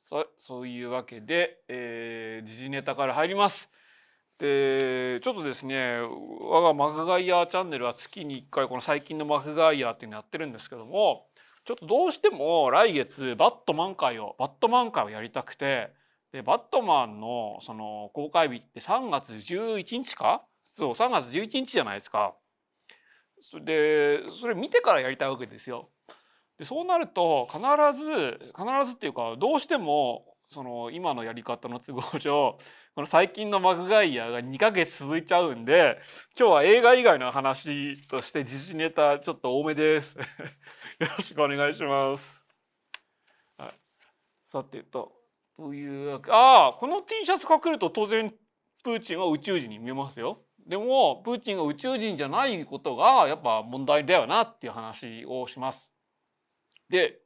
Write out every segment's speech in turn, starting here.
そういうわけで、時事ネタから入ります。でちょっとですね、我がマクガイアチャンネルは月に1回この最近のマクガイアっていうのやってるんですけども、ちょっとどうしても来月バットマン会をやりたくて、でバットマンのその公開日って3月11日か、そう3月11日じゃないですか。それ見てからやりたいわけですよ。でそうなると必ずっていうか、どうしてもその今のやり方の都合上この最近のマクガイアが2ヶ月続いちゃうんで、今日は映画以外の話として時事ネタちょっと多めです。よろしくお願いします。はい、さてというわけ、この T シャツかけると当然プーチンは宇宙人に見えますよ。でもプーチンが宇宙人じゃないことがやっぱ問題だよなっていう話をします。で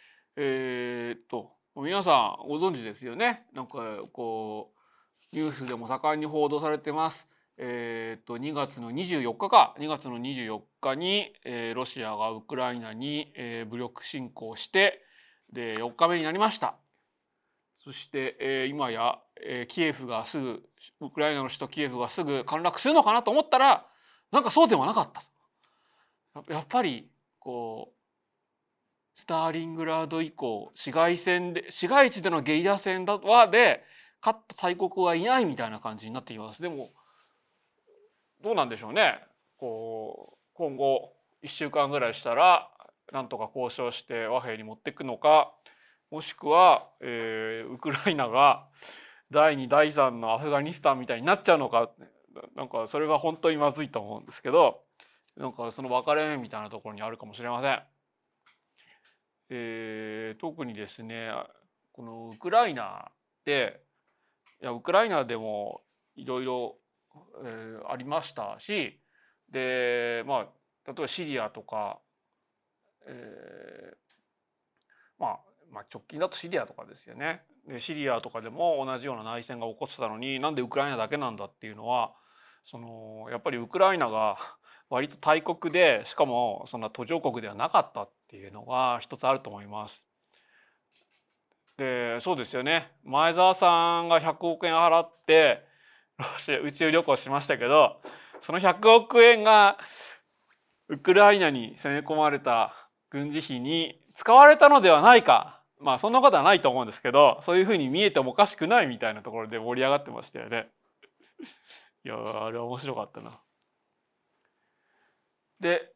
皆さんご存知ですよね。なんかこうニュースでも盛んに報道されてます。2月の24日に、ロシアがウクライナに、武力侵攻してで4日目になりました。そして、今や、キエフがすぐウクライナの首都キエフがすぐ陥落するのかなと思ったら、なんかそうではなかった。やっぱりこうスターリングラード以降市街地でのゲリラ戦で勝った大国はいないみたいな感じになっています。でもどうなんでしょうね。今後1週間ぐらいしたらなんとか交渉して和平に持っていくのか、もしくは、ウクライナが第2第3のアフガニスタンみたいになっちゃうのか、なんかそれは本当にまずいと思うんですけど、なんかその分かれ目みたいなところにあるかもしれません。特にですね、このウクライナでウクライナでもいろいろありましたし、で例えばシリアとか、直近だとシリアとかですよね。でシリアとかでも同じような内戦が起こってたのに、なんでウクライナだけなんだっていうのは、やっぱりウクライナが割と大国で、しかもそんな途上国ではなかったっていうのが一つあると思います。でそうですよね、前澤さんが100億円払ってロシア宇宙旅行しましたけど、その100億円がウクライナに攻め込まれた軍事費に使われたのではないか、そんなことはないと思うんですけど、そういうふうに見えてもおかしくないみたいなところで盛り上がってましたよね。いやあれは面白かったな。で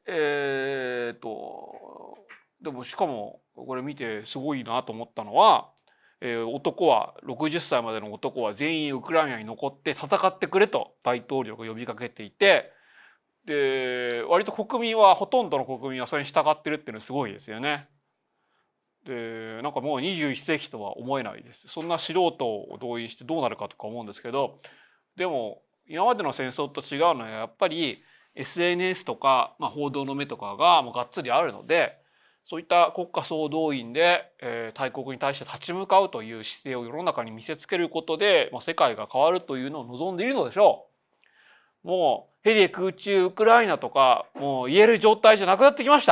でもしかもこれ見てすごいなと思ったのは、60歳までの男は全員ウクライナに残って戦ってくれと大統領が呼びかけていて、で割とほとんどの国民はそれに従ってるっていうのはすごいですよね。でなんかもう21世紀とは思えないです。そんな素人を動員してどうなるかとか思うんですけど、でも今までの戦争と違うのはやっぱり SNS とか、報道の目とかがもうがっつりあるので、そういった国家総動員で、大国に対して立ち向かうという姿勢を世の中に見せつけることで、世界が変わるというのを望んでいるのでしょう。もうヘリ空中ウクライナとかもう言える状態じゃなくなってきました。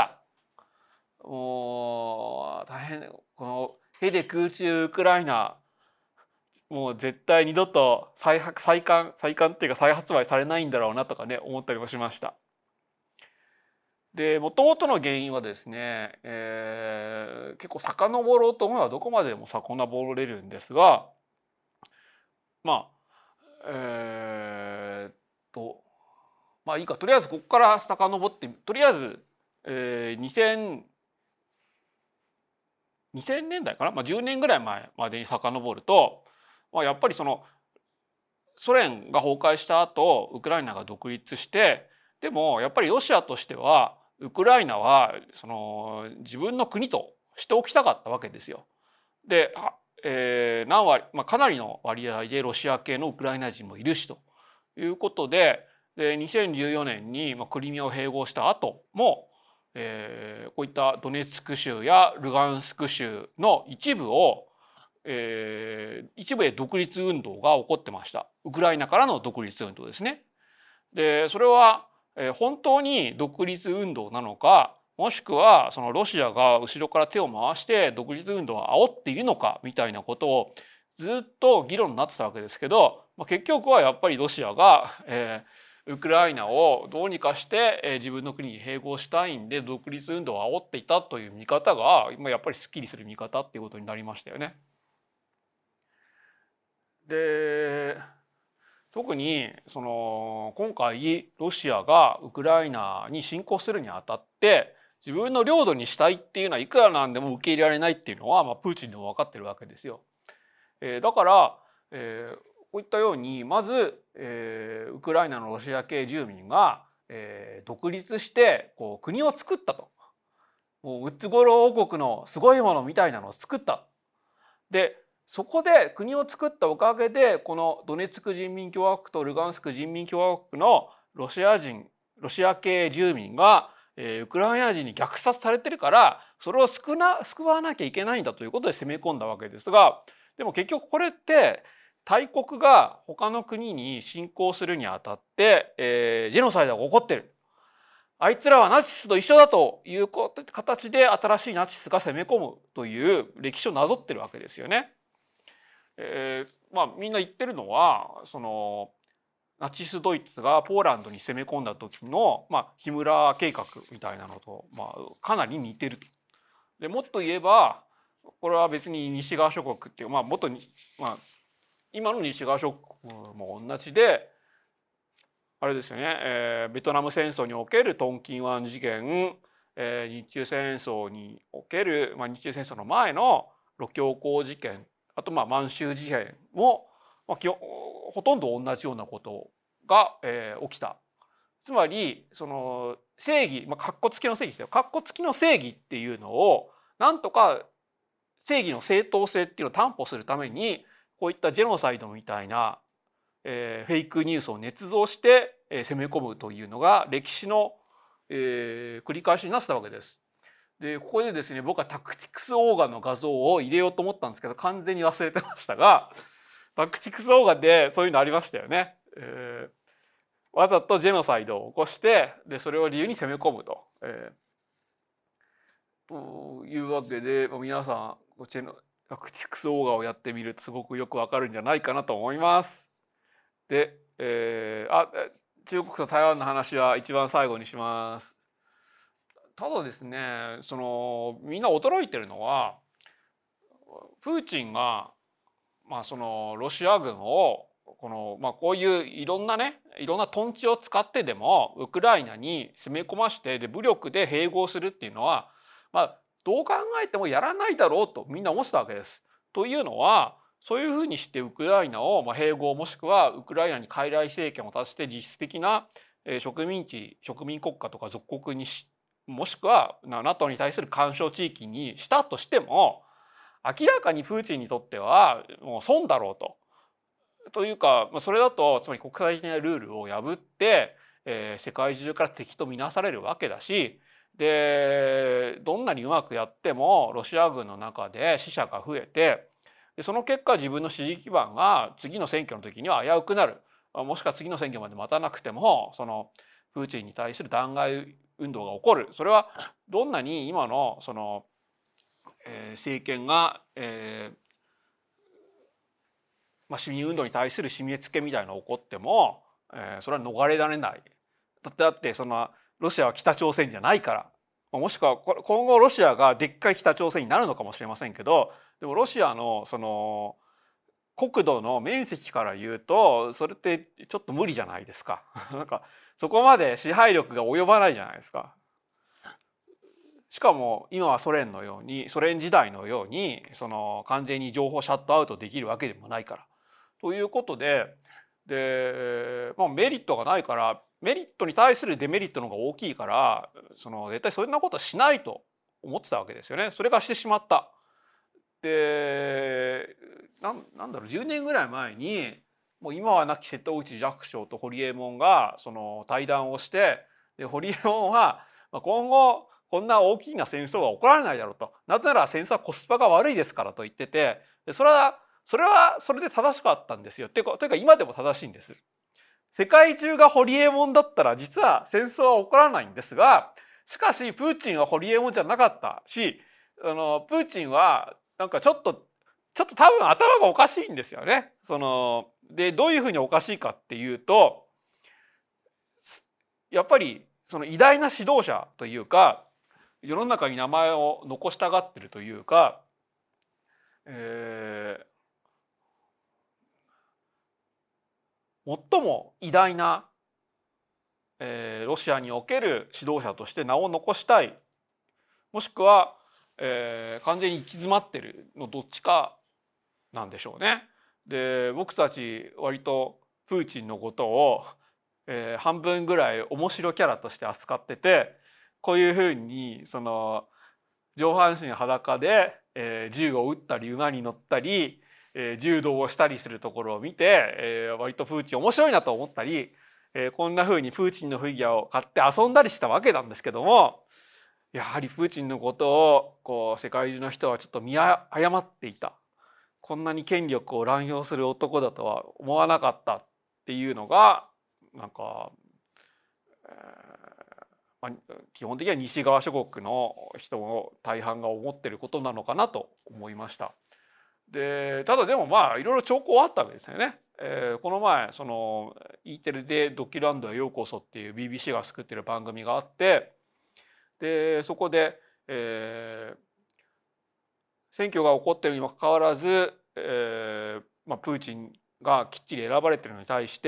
もう大変、このヘリ空中ウクライナもう絶対二度と再刊っていうか再発売されないんだろうなとかね、思ったりもしました。でもともとの原因はですね、結構遡ろうと思えばどこまでも遡れるんですが、いいか、とりあえずここから遡って、とりあえず、2000年代かな、10年ぐらい前までに遡ると、やっぱりそのソ連が崩壊した後ウクライナが独立して、でもやっぱりロシアとしてはウクライナはその自分の国としておきたかったわけですよ。で、何割、かなりの割合でロシア系のウクライナ人もいるしということで、2014年にクリミアを併合した後も、こういったドネツク州やルガンスク州の一部で独立運動が起こってました。ウクライナからの独立運動ですね。でそれは本当に独立運動なのか、 もしくはそのロシアが後ろから手を回して独立運動を煽っているのかみたいなことをずっと議論になってたわけですけど、結局はやっぱりロシアが、ウクライナをどうにかして、自分の国に併合したいんで独立運動を煽っていたという見方が、やっぱりすっきりする見方っていうことになりましたよね。で特にその今回ロシアがウクライナに侵攻するにあたって自分の領土にしたいっていうのはいくらなんでも受け入れられないっていうのは、プーチンでも分かってるわけですよ。だから、こういったようにまず、ウクライナのロシア系住民が、独立してこう国を作ったと。もうムツゴロウ王国のすごいものみたいなのを作った。でそこで国を作ったおかげでこのドネツク人民共和国とルガンスク人民共和国のロシア系住民がウクライナ人に虐殺されてるからそれを救わなきゃいけないんだということで攻め込んだわけですが、でも結局これって大国が他の国に侵攻するにあたって、ジェノサイドが起こってる。あいつらはナチスと一緒だという形で新しいナチスが攻め込むという歴史をなぞってるわけですよね。みんな言ってるのはそのナチスドイツがポーランドに攻め込んだ時の、ヒムラー計画みたいなのと、かなり似てると。でもっと言えばこれは別に西側諸国っていう、今の西側諸国も同じであれですよね、ベトナム戦争におけるトンキン湾事件、日中戦争における、日中戦争の前の盧溝橋事件、あと満州事変も、ほとんど同じようなことが、起きた。つまりその正義、カッコ付きの正義ですよ。カッコ付きの正義っていうのをなんとか正義の正当性っていうのを担保するためにこういったジェノサイドみたいな、フェイクニュースを捏造して、攻め込むというのが歴史の、繰り返しになってたわけです。でここでですね僕はタクティクスオーガの画像を入れようと思ったんですけど完全に忘れてましたがタクティクスオーガでそういうのありましたよね。わざとジェノサイドを起こしてでそれを理由に攻め込むと。というわけで皆さんこちらのタクティクスオーガをやってみるとすごくよくわかるんじゃないかなと思います。で、中国と台湾の話は一番最後にします。ただですねそのみんな驚いてるのはプーチンが、そのロシア軍をこういういろんなトンチを使ってでもウクライナに攻め込ましてで武力で併合するっていうのは、どう考えてもやらないだろうとみんな思ってたわけです。というのはそういうふうにしてウクライナを併合もしくはウクライナに傀儡政権を立てて実質的な植民国家とか属国にもしくは NATO に対する干渉地域にしたとしても明らかにプーチンにとってはもう損だろうと。というかそれだとつまり国際的なルールを破って、世界中から敵と見なされるわけだしでどんなにうまくやってもロシア軍の中で死者が増えてでその結果自分の支持基盤が次の選挙の時には危うくなる。もしくは次の選挙まで待たなくてもそのプーチンに対する弾劾運動が起こる。それはどんなに今のその、政権が、市民運動に対する締め付けみたいなのが起こっても、それは逃れられない。だってそのロシアは北朝鮮じゃないから。もしくは今後ロシアがでっかい北朝鮮になるのかもしれませんけどでもロシアのその国土の面積から言うとそれってちょっと無理じゃないですか。なんかそこまで支配力が及ばないじゃないですか。しかも今はソ連時代のようにその完全に情報シャットアウトできるわけでもないから。ということでメリットがないからメリットに対するデメリットの方が大きいから絶対そんなことしないと思ってたわけですよね。それがしてしまった。でなんだろう10年ぐらい前にもう今は亡き瀬戸内寂聴とホリエモンがその対談をしてでホリエモンは今後こんな大きな戦争は起こらないだろうとなぜなら戦争はコスパが悪いですからと言っててでそれはそれで正しかったんですよ。というか今でも正しいんです。世界中がホリエモンだったら実は戦争は起こらないんですがしかしプーチンはホリエモンじゃなかったし、プーチンはなんかちょっと多分頭がおかしいんですよね。でどういうふうにおかしいかっていうと、やっぱりその偉大な指導者というか世の中に名前を残したがってるというか、最も偉大な、ロシアにおける指導者として名を残したい、もしくは、完全に行き詰まってるのどっちかなんでしょうね。で僕たち割とプーチンのことを、半分ぐらい面白キャラとして扱ってて、こういうふうにその上半身裸で、銃を撃ったり馬に乗ったり、柔道をしたりするところを見て、割とプーチン面白いなと思ったり、こんなふうにプーチンのフィギュアを買って遊んだりしたわけなんですけども、やはりプーチンのことをこう世界中の人はちょっと見誤っていた。こんなに権力を乱用する男だとは思わなかったっていうのがなんか、基本的には西側諸国の人の大半が思ってることなのかなと思いました。でただでもいろいろ兆候あったわけですよね。この前その E テレで「ドッキリランドへようこそ」っていう BBC が作ってる番組があって、でそこで、選挙が起こってるにもかかわらず、プーチンがきっちり選ばれてるのに対して、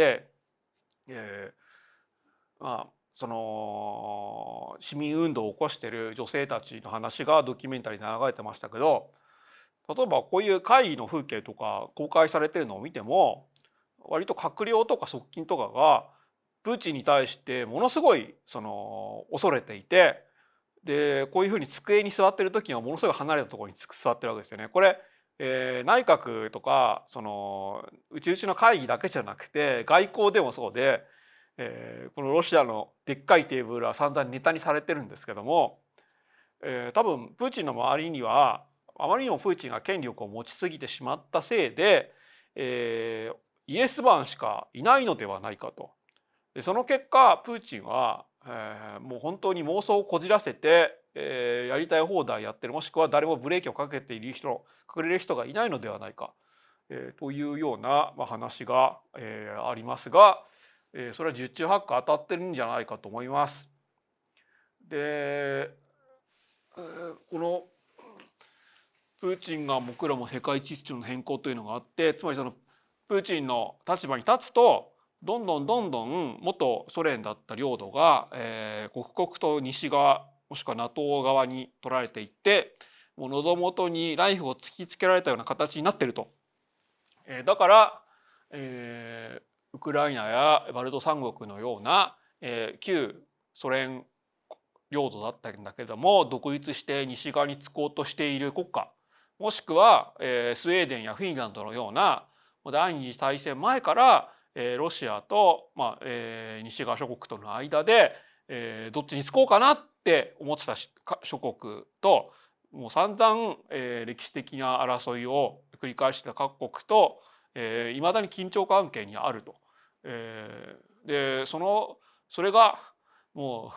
その市民運動を起こしてる女性たちの話がドキュメンタリーで流れてましたけど、例えばこういう会議の風景とか公開されてるのを見ても、割と閣僚とか側近とかがプーチンに対してものすごい恐れていて、でこういうふうに机に座ってる時にはものすごい離れたところに座ってるわけですよね。これ、内閣とかうちの会議だけじゃなくて外交でもそうで、このロシアのでっかいテーブルは散々ネタにされてるんですけども、多分プーチンの周りにはあまりにもプーチンが権力を持ちすぎてしまったせいで、イエスマンしかいないのではないかと。でその結果プーチンは、もう本当に妄想をこじらせて、やりたい放題やってる、もしくは誰もブレーキをかけている人隠れる人がいないのではないか、というような、話が、ありますが、それは十中八九当たってるんじゃないかと思います。で、このプーチンが目論む世界秩序の変更というのがあって、つまりそのプーチンの立場に立つとどんどん元ソ連だった領土が、刻々と西側もしくは NATO 側に取られていって、もう喉元にナイフを突きつけられたような形になっていると。だから、ウクライナやバルト三国のような、旧ソ連領土だったんだけれども独立して西側につこうとしている国家、もしくは、スウェーデンやフィンランドのような第二次大戦前からロシアと、西側諸国との間で、どっちにつこうかなって思ってた諸国と、もう散々、歴史的な争いを繰り返した各国といまだに緊張関係にあると。でそれがもう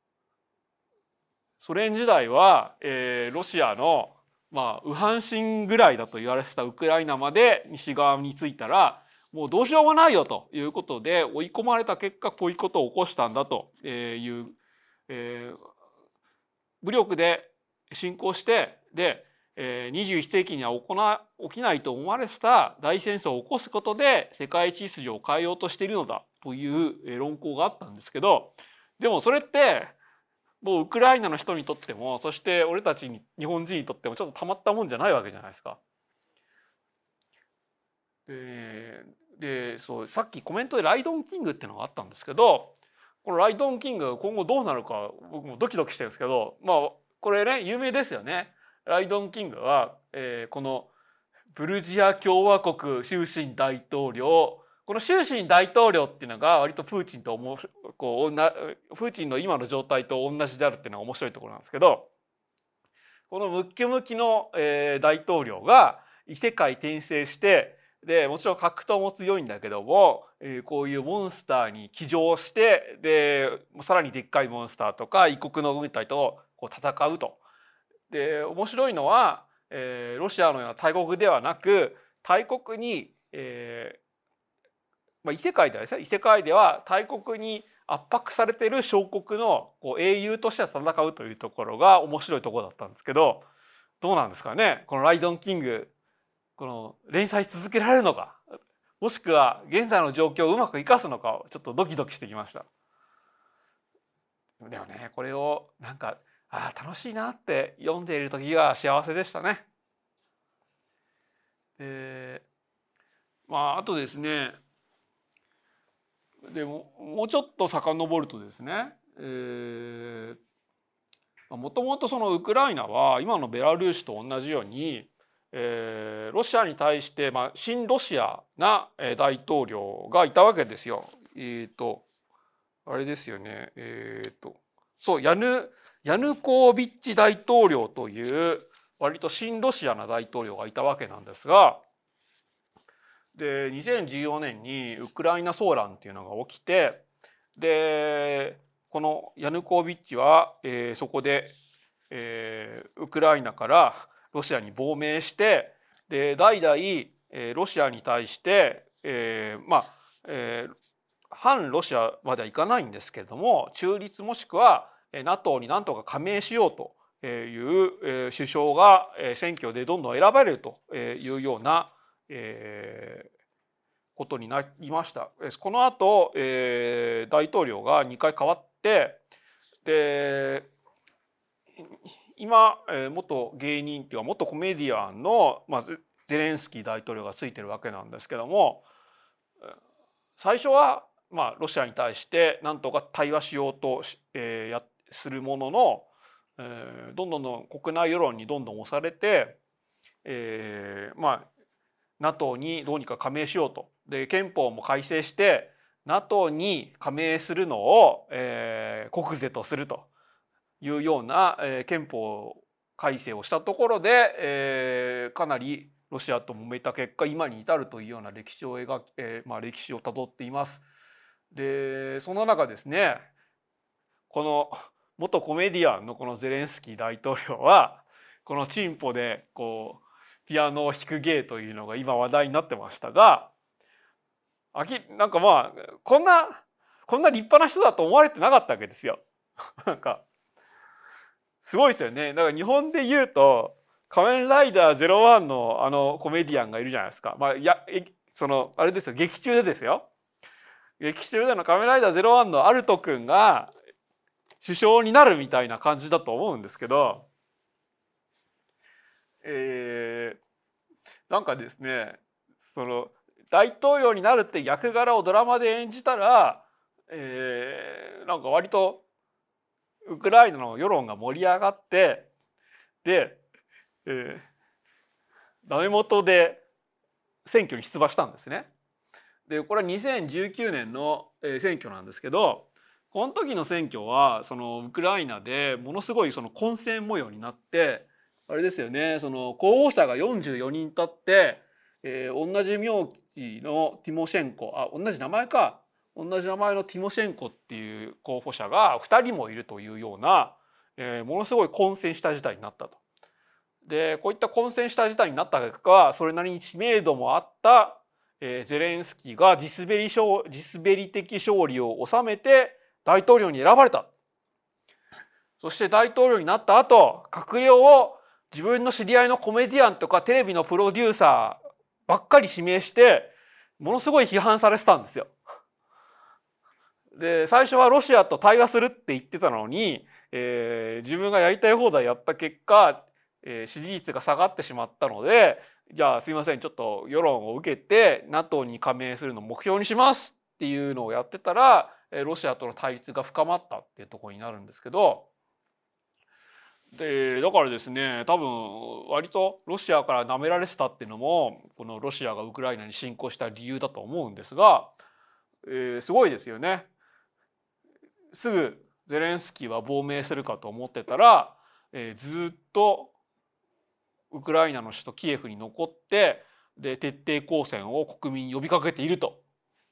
ソ連時代は、ロシアの右半身ぐらいだと言われてたウクライナまで西側についたらもうどうしようもないよということで追い込まれた結果こういうことを起こしたんだという、武力で侵攻してで21世紀には起きないと思われてた大戦争を起こすことで世界秩序を変えようとしているのだという論考があったんですけど、でもそれってもうウクライナの人にとってもそして俺たち日本人にとってもちょっとたまったもんじゃないわけじゃないですか。そうさっきコメントでライドンキングっていうのがあったんですけど、このライドンキングが今後どうなるか僕もドキドキしてるんですけど、これね有名ですよね。ライドンキングは、このブルジア共和国終身大統領、この終身大統領っていうのが割とプーチンとプーチンの今の状態と同じであるっていうのが面白いところなんですけど、このムッキムキの、大統領が異世界転生してでもちろん格闘も強いんだけども、こういうモンスターに騎乗してでさらにでっかいモンスターとか異国の軍隊とこう戦うと。で面白いのは、ロシアのような大国ではなく大国に、異世界ではですね、異世界では大国に圧迫されている小国のこう英雄として戦うというところが面白いところだったんですけど、どうなんですかね、このライドンキングこの連載し続けられるのか、もしくは現在の状況をうまく生かすのかをちょっとドキドキしてきました。でもね、これをなんか楽しいなって読んでいる時が幸せでしたね。あとですね、でももうちょっと遡るとですね、もともとそのウクライナは今のベラルーシと同じように、ロシアに対して、親ロシアな大統領がいたわけですよ。あれですよね。そうヤヌコービッチ大統領という割と親ロシアな大統領がいたわけなんですが、で2014年にウクライナ騒乱っていうのが起きて、でこのヤヌコービッチは、そこで、ウクライナからロシアに亡命して、で代々、ロシアに対して、反ロシアまではいかないんですけれども中立もしくは NATO になんとか加盟しようという首相が選挙でどんどん選ばれるというようなことになりました。この後大統領が2回変わって、で今元芸人っていうか元コメディアンのゼレンスキー大統領がついてるわけなんですけども、最初はロシアに対して何とか対話しようとするものの、どんどん国内世論にどんどん押されて、NATO にどうにか加盟しようと。で憲法も改正して NATO に加盟するのを、国是とするというような、憲法改正をしたところで、かなりロシアと揉めた結果今に至るというような歴史を歴史をたどっています。でその中ですね、この元コメディアンのこのゼレンスキー大統領はこのチンポでこうピアノを弾く芸というのが今話題になってましたが、なんかこんな立派な人だと思われてなかったわけですよ。なんかすごいですよね。だから日本で言うと仮面ライダー01のあのコメディアンがいるじゃないですか。あれですよ、劇中でですよ。劇中での仮面ライダー01のアルト君が首相になるみたいな感じだと思うんですけど、なんかですね、その大統領になるって役柄をドラマで演じたら、なんか割とウクライナの世論が盛り上がって、で、ダメ元で選挙に出馬したんですね。でこれは2019年の選挙なんですけど、この時の選挙はそのウクライナでものすごいその混戦模様になって、あれですよね、その候補者が44人立って、同じ名字のティモシェンコ、同じ名前のティモシェンコっていう候補者が2人もいるというような、ものすごい混戦した事態になったと。でこういった混戦した事態になった結果、それなりに知名度もあったゼレンスキーが地滑り的勝利を収めて大統領に選ばれた。そして大統領になった後、閣僚を自分の知り合いのコメディアンとかテレビのプロデューサーばっかり指名してものすごい批判されてたんですよ。で最初はロシアと対話するって言ってたのに、自分がやりたい放題やった結果、支持率が下がってしまったので、じゃあすいません、ちょっと世論を受けて NATO に加盟するのを目標にしますっていうのをやってたら、ロシアとの対立が深まったっていうところになるんですけど、でだからですね、多分割とロシアから舐められてたっていうのもこのロシアがウクライナに侵攻した理由だと思うんですが、すごいですよね。すぐゼレンスキーは亡命するかと思ってたら、ずっとウクライナの首都キエフに残って、 で徹底抗戦を国民に呼びかけていると。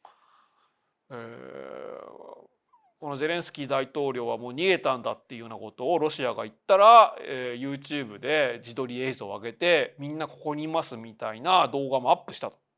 このゼレンスキー大統領はもう逃げたんだっていうようなことをロシアが言ったら、YouTube で自撮り映像を上げてみんなここにいますみたいな動画もアップしたと。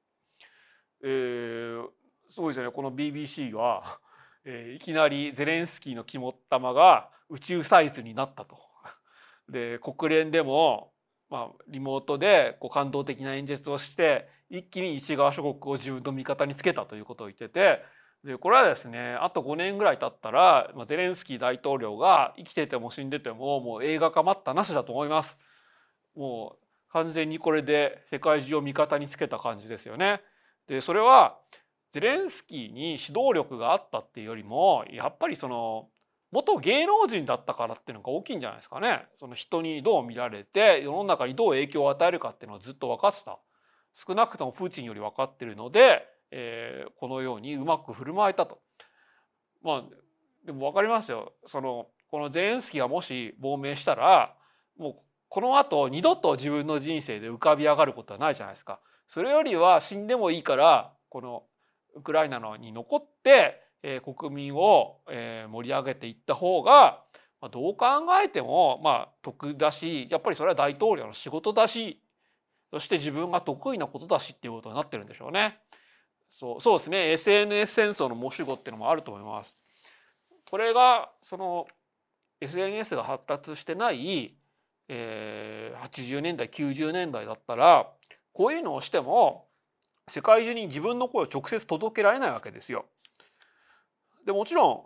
すごいですよね。この BBC は、いきなりゼレンスキーの肝っ玉が宇宙サイズになったと。で国連でも、リモートで感動的な演説をして一気に西側諸国を自分の味方につけたということを言ってて、でこれはですねあと5年ぐらい経ったら、ゼレンスキー大統領が生きてても死んでてももう映画化待ったなしだと思います。もう完全にこれで世界中を味方につけた感じですよね。でそれはゼレンスキーに指導力があったっていうよりもやっぱりその元芸能人だったからっていうのが大きいんじゃないですかね。その人にどう見られて世の中にどう影響を与えるかっていうのをずっと分かってた。少なくともプーチンより分かってるので、このようにうまく振る舞えたと。でも分かりますよ。このゼレンスキーがもし亡命したらもうこの後二度と自分の人生で浮かび上がることはないじゃないですか。それよりは死んでもいいからこのウクライナに残って国民を盛り上げていった方がどう考えても得だし、やっぱりそれは大統領の仕事だし、そして自分が得意なことだしっていうことになってるんでしょうね。そうですね。 SNS 戦争の申し子っていうのもあると思います。これがその SNS が発達してない80年代90年代だったらこういうのをしても世界中に自分の声を直接届けられないわけですよ。でもちろん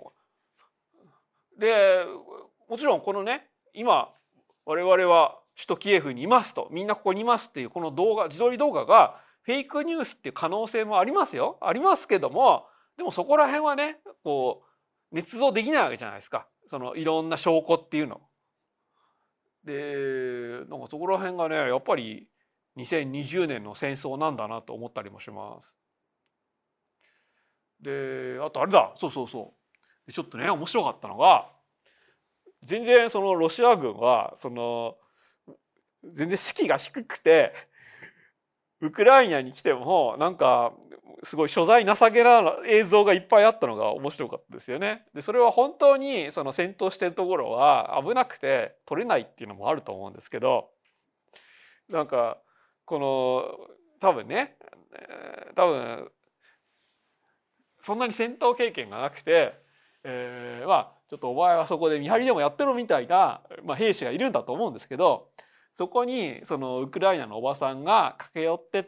もちろんこのね今我々は首都キエフにいますと、みんなここにいますっていうこの動画、自撮り動画がフェイクニュースっていう可能性もありますよ。ありますけども、でもそこら辺はね捏造できないわけじゃないですか。いろんな証拠っていうので、なんかそこら辺がねやっぱり2020年の戦争なんだなと思ったりもします。であとあれだ、そうちょっとね面白かったのが、全然ロシア軍は全然士気が低くてウクライナに来てもなんかすごい所在情けな映像がいっぱいあったのが面白かったですよね。でそれは本当に戦闘してるところは危なくて取れないっていうのもあると思うんですけど、なんか多分そんなに戦闘経験がなくて、ちょっとお前はそこで見張りでもやってろみたいな、兵士がいるんだと思うんですけど、そこにウクライナのおばさんが駆け寄ってって、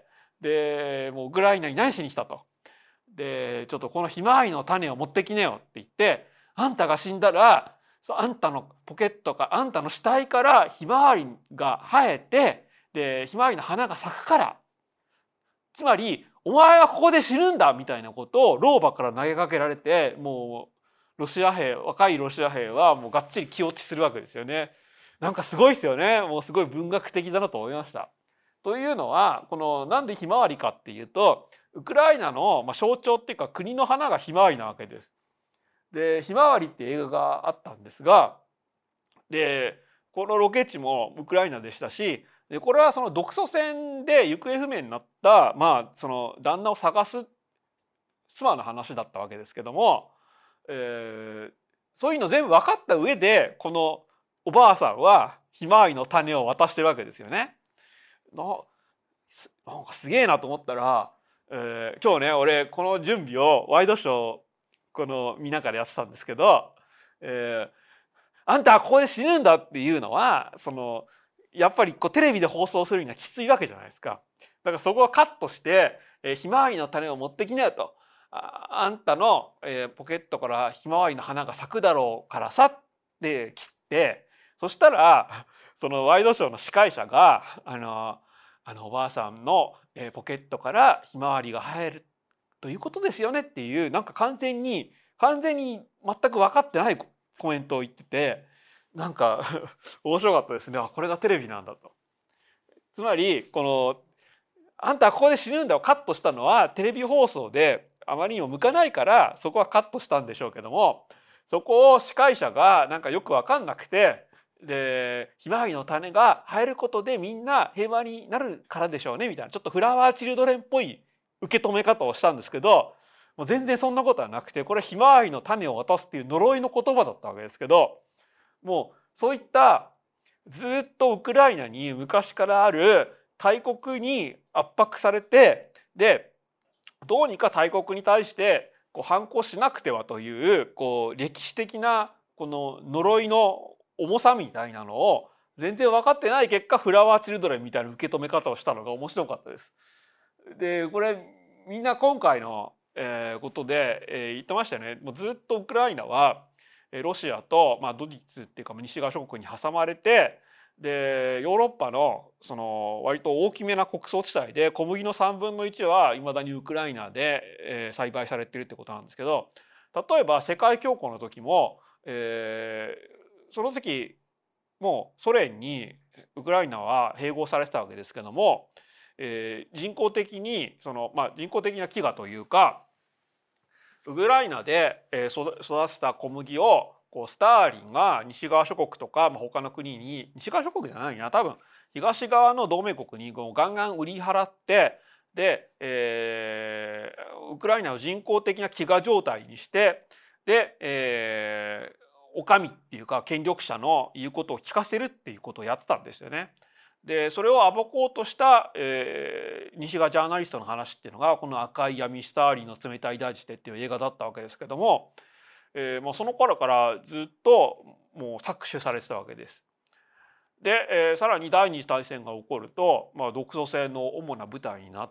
でもうウクライナに何しに来たと。でちょっとこのひまわりの種を持ってきなよって言って、あんたが死んだらあんたのポケットかあんたの死体からひまわりが生えて、でひまわりの花が咲くから、つまりお前はここで死ぬんだみたいなことを老婆から投げかけられて、もう若いロシア兵はもうがっちり気落ちするわけですよね。なんかすごいですよね。もうすごい文学的だなと思いました。というのはなんでひまわりかっていうと、ウクライナの象徴っていうか国の花がひまわりなわけです。でひまわりって映画があったんですが、でこのロケ地もウクライナでしたし、でこれは独ソ戦で行方不明になった旦那を探す妻の話だったわけですけども、そういうの全部分かった上でこのおばあさんはひまわりの種を渡してるわけですよね。なんかすげえなと思ったら、今日ね俺この準備をワイドショー見ながらやってたんですけど、あんたはここで死ぬんだっていうのはやっぱりテレビで放送するにはきついわけじゃないですか。だからそこはカットしてひまわりの種を持ってきなよと。あんたのポケットからひまわりの花が咲くだろうからさって切って、そしたらワイドショーの司会者がおばあさんのポケットからひまわりが生えるということですよねっていう、なんか完全に全く分かってないコメントを言ってて、なんか面白かったですね。これがテレビなんだと。つまりあんたはここで死ぬんだをカットしたのはテレビ放送であまりにも向かないからそこはカットしたんでしょうけども、そこを司会者がなんかよく分かんなくてでひまわりの種が生えることでみんな平和になるからでしょうねみたいなちょっとフラワーチルドレンっぽい受け止め方をしたんですけど、もう全然そんなことはなくて、これひまわりの種を渡すっていう呪いの言葉だったわけですけど、もうそういったずっとウクライナに昔からある大国に圧迫されて、でどうにか大国に対して反抗しなくてはという歴史的なこの呪いの重さみたいなのを全然分かってない結果、フラワーチルドレンみたいな受け止め方をしたのが面白かったです。でこれみんな今回のことで言ってましたよね。もうずっとウクライナはロシアとドイツっていうか西側諸国に挟まれて、でヨーロッパのその割と大きめな穀倉地帯で小麦の3分の1はいまだにウクライナで栽培されてるってことなんですけど、例えば世界恐慌の時もその時もうソ連にウクライナは併合されてたわけですけども、人工的に人工的な飢餓というか、ウクライナで育てた小麦をスターリンが西側諸国とか他の国に、西側諸国じゃないな、多分東側の同盟国にガンガン売り払って、で、ウクライナを人工的な飢餓状態にして、で、お上っていうか権力者の言うことを聞かせるっていうことをやってたんですよね。でそれを暴こうとした、西側ジャーナリストの話っていうのがこの「赤い闇スターリンの冷たい大地で」っていう映画だったわけですけども、その頃からずっともう搾取されてたわけです。で、さらに第二次大戦が起こると、独ソ戦の主な舞台になって、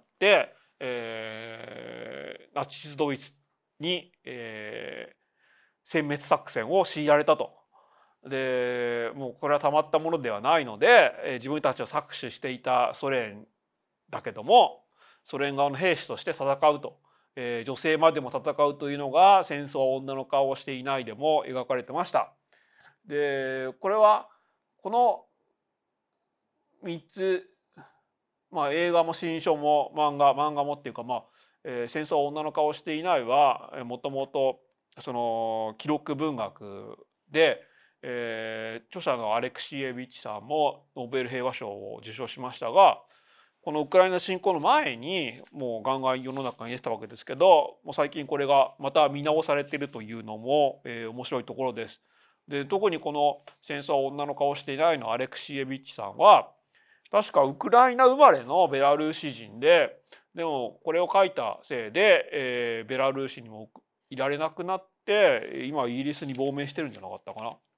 ナチスドイツに、殲滅作戦を強いられたと。でもうこれはたまったものではないので、自分たちを搾取していたソ連だけどもソ連側の兵士として戦うと、女性までも戦うというのが「戦争は女の顔をしていない」でも描かれてました。でこれはこの3つ、映画も新書も漫画もっていうか戦争は女の顔をしていない」はもともとその記録文学で、著者のアレクシエーヴィッチさんもノーベル平和賞を受賞しましたが、このウクライナ侵攻の前にもうガンガン世の中に出てたわけですけど、もう最近これがまた見直されているというのも、面白いところです。で特にこの「戦争は女の顔をしていない」のアレクシエーヴィッチさんは確かウクライナ生まれのベラルーシ人で、でもこれを書いたせいで、ベラルーシにもいられなくなって今イギリスに亡命してるんじゃなかったかな。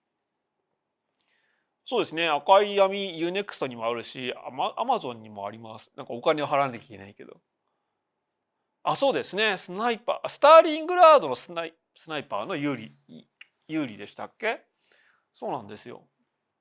そうですね、赤い闇 UNEXT にもあるしアマゾンにもあります。なんかお金を払わなきゃいけないけど。そうですね、スナイパースターリングラードのスナイパーの有利でしたっけ。そうなんですよ。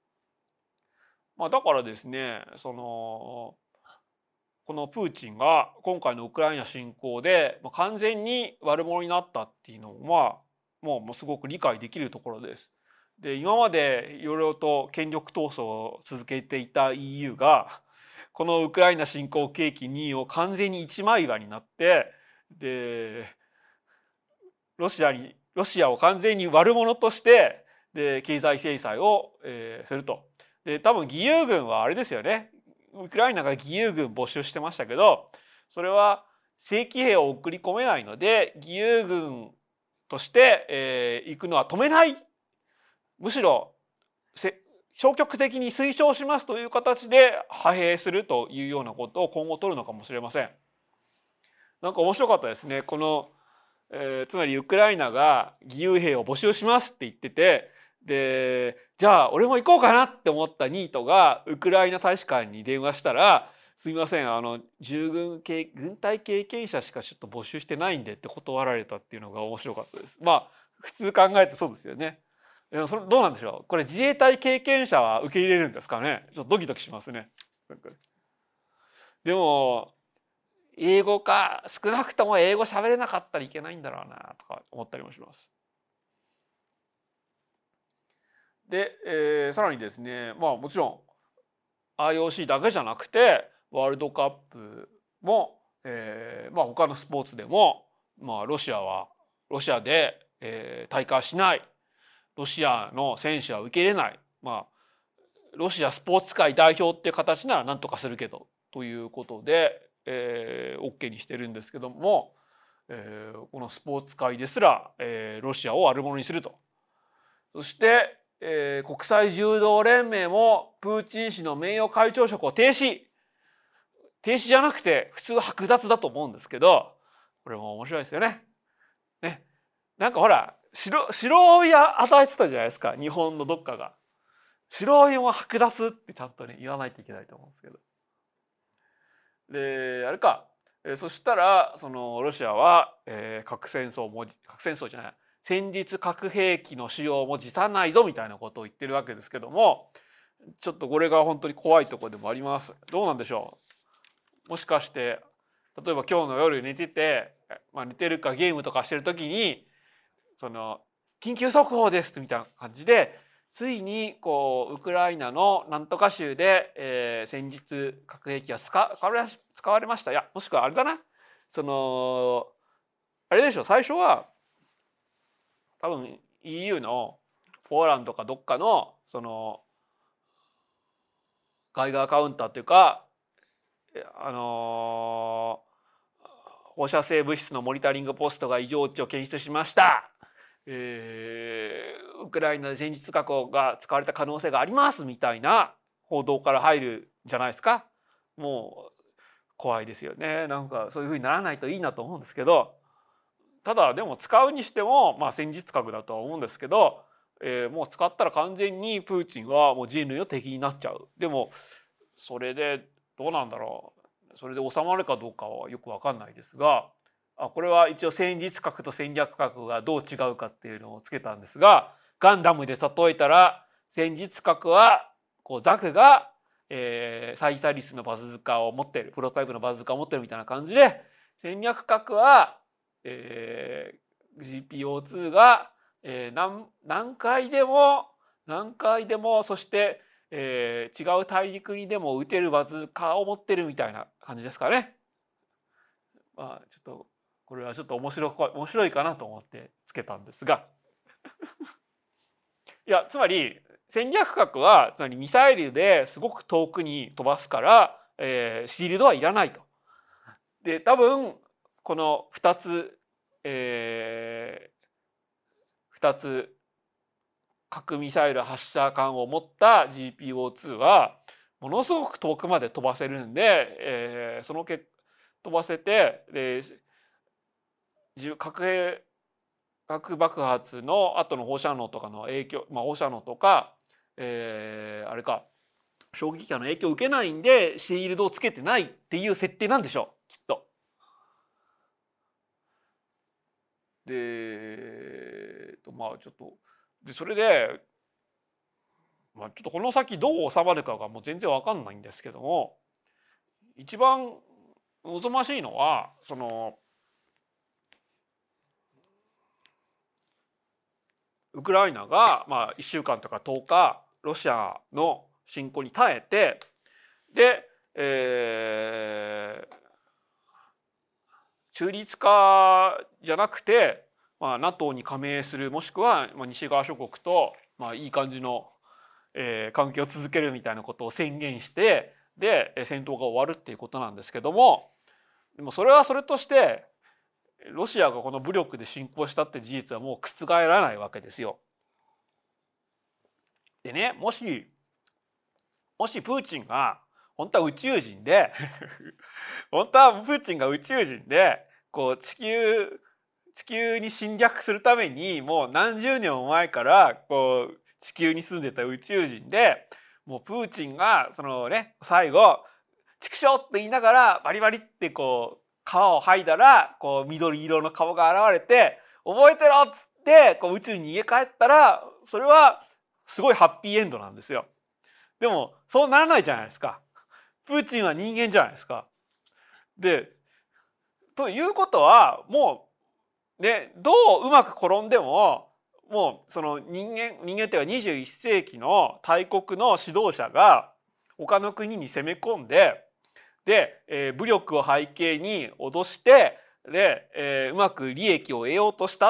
だからですね、このプーチンが今回のウクライナ侵攻で完全に悪者になったっていうのはもうすごく理解できるところです。で今までいろいろと権力闘争を続けていた EU がこのウクライナ侵攻を契機に完全に一枚岩になって、でロシアを完全に悪者としてで経済制裁を、すると。で多分義勇軍はあれですよね、ウクライナが義勇軍募集してましたけど、それは正規兵を送り込めないので義勇軍として、行くのは止めない、むしろ消極的に推奨しますという形で派兵するというようなことを今後取るのかもしれません。なんか面白かったですね。この、つまりウクライナが義勇兵を募集しますって言ってて、でじゃあ俺も行こうかなって思ったニートがウクライナ大使館に電話したら「すみません、軍隊経験者しかちょっと募集してないんで」って断られたっていうのが面白かったです。普通考えてそうですよね。でもそれどうなんでしょう。これ自衛隊経験者は受け入れるんですかね。ちょっとドキドキしますね。でも英語か少なくとも英語喋れなかったらいけないんだろうなとか思ったりもします。で、さらにですね、もちろん IOC だけじゃなくてワールドカップも、他のスポーツでも、ロシアで、大会しない、ロシアの選手は受け入れない、 まあロシアスポーツ界代表っていう形なら何とかするけどということで、OK にしてるんですけども、このスポーツ界ですら、ロシアを悪者にすると。そして、国際柔道連盟もプーチン氏の名誉会長職を停止じゃなくて普通は剥奪だと思うんですけど、これも面白いですよね。なんかほら白帯与えてたじゃないですか、日本のどっかが。白帯も剥奪ってちゃんとね言わないといけないと思うんですけど。であれか、そしたらそのロシアは、核戦争じゃない、戦術核兵器の使用も辞さないぞみたいなことを言ってるわけですけども、ちょっとこれが本当に怖いところでもあります。どうなんでしょう。もしかして例えば今日の夜寝てて、寝てるかゲームとかしてる時にその緊急速報ですみたいな感じでついにこうウクライナのなんとか州で、戦術核兵器が使われました。いやもしくはあれだな、そのあれでしょ、最初は多分 EU のポーランドかどっかのそのガイガーカウンターっていうか、放射性物質のモニタリングポストが異常値を検出しました。ウクライナで戦術核が使われた可能性がありますみたいな報道から入るんじゃないですか。もう怖いですよね。なんかそういうふうにならないといいなと思うんですけど、ただでも使うにしても戦術核だとは思うんですけど、もう使ったら完全にプーチンはもう人類の敵になっちゃう。でもそれでどうなんだろう、それで収まるかどうかはよく分かんないですが、これは一応戦術核と戦略核がどう違うかっていうのをつけたんですが、ガンダムで例えたら戦術核はこうザクが、サイサリスのバズーカを持ってる、プロトタイプのバズーカを持ってるみたいな感じで、戦略核は、GPO2 が、何回でもそして、違う大陸にでも撃てるバズーカを持ってるみたいな感じですかね。ちょっとこれはちょっと面白いかなと思ってつけたんですがいやつまり戦略核はつまりミサイルですごく遠くに飛ばすから、シールドはいらないと。で多分この2つ、核ミサイル発射管を持った GPO2 はものすごく遠くまで飛ばせるんで、その飛ばせて核爆発の後の放射能とかの影響、放射能とか、あれか衝撃波の影響を受けないんでシールドをつけてないっていう設定なんでしょうきっと。でちょっとでそれで、ちょっとこの先どう収まるかがもう全然わかんないんですけども、一番望ましいのはそのウクライナが1週間とか10日ロシアの侵攻に耐えて、で、中立化じゃなくて、NATO に加盟する、もしくは西側諸国といい感じの、関係を続けるみたいなことを宣言して、で戦闘が終わるっていうことなんですけども、でもそれはそれとしてロシアがこの武力で侵攻したって事実はもう覆らないわけですよ。でね、もしプーチンが本当は宇宙人で本当はプーチンが宇宙人でこう地球に侵略するためにもう何十年も前からこう地球に住んでた宇宙人で、もうプーチンがそのね最後「畜生!」って言いながらバリバリってこう皮を剥いだらこう緑色の顔が現れて「覚えてろ!」っつってこう宇宙に逃げ帰ったら、それはすごいハッピーエンドなんですよ。でもそうならないじゃないですか。プーチンは人間じゃないですか。でということはもうね、どううまく転んでももうその人間っていうか21世紀の大国の指導者が他の国に攻め込んで、武力を背景に脅してで、うまく利益を得ようとした。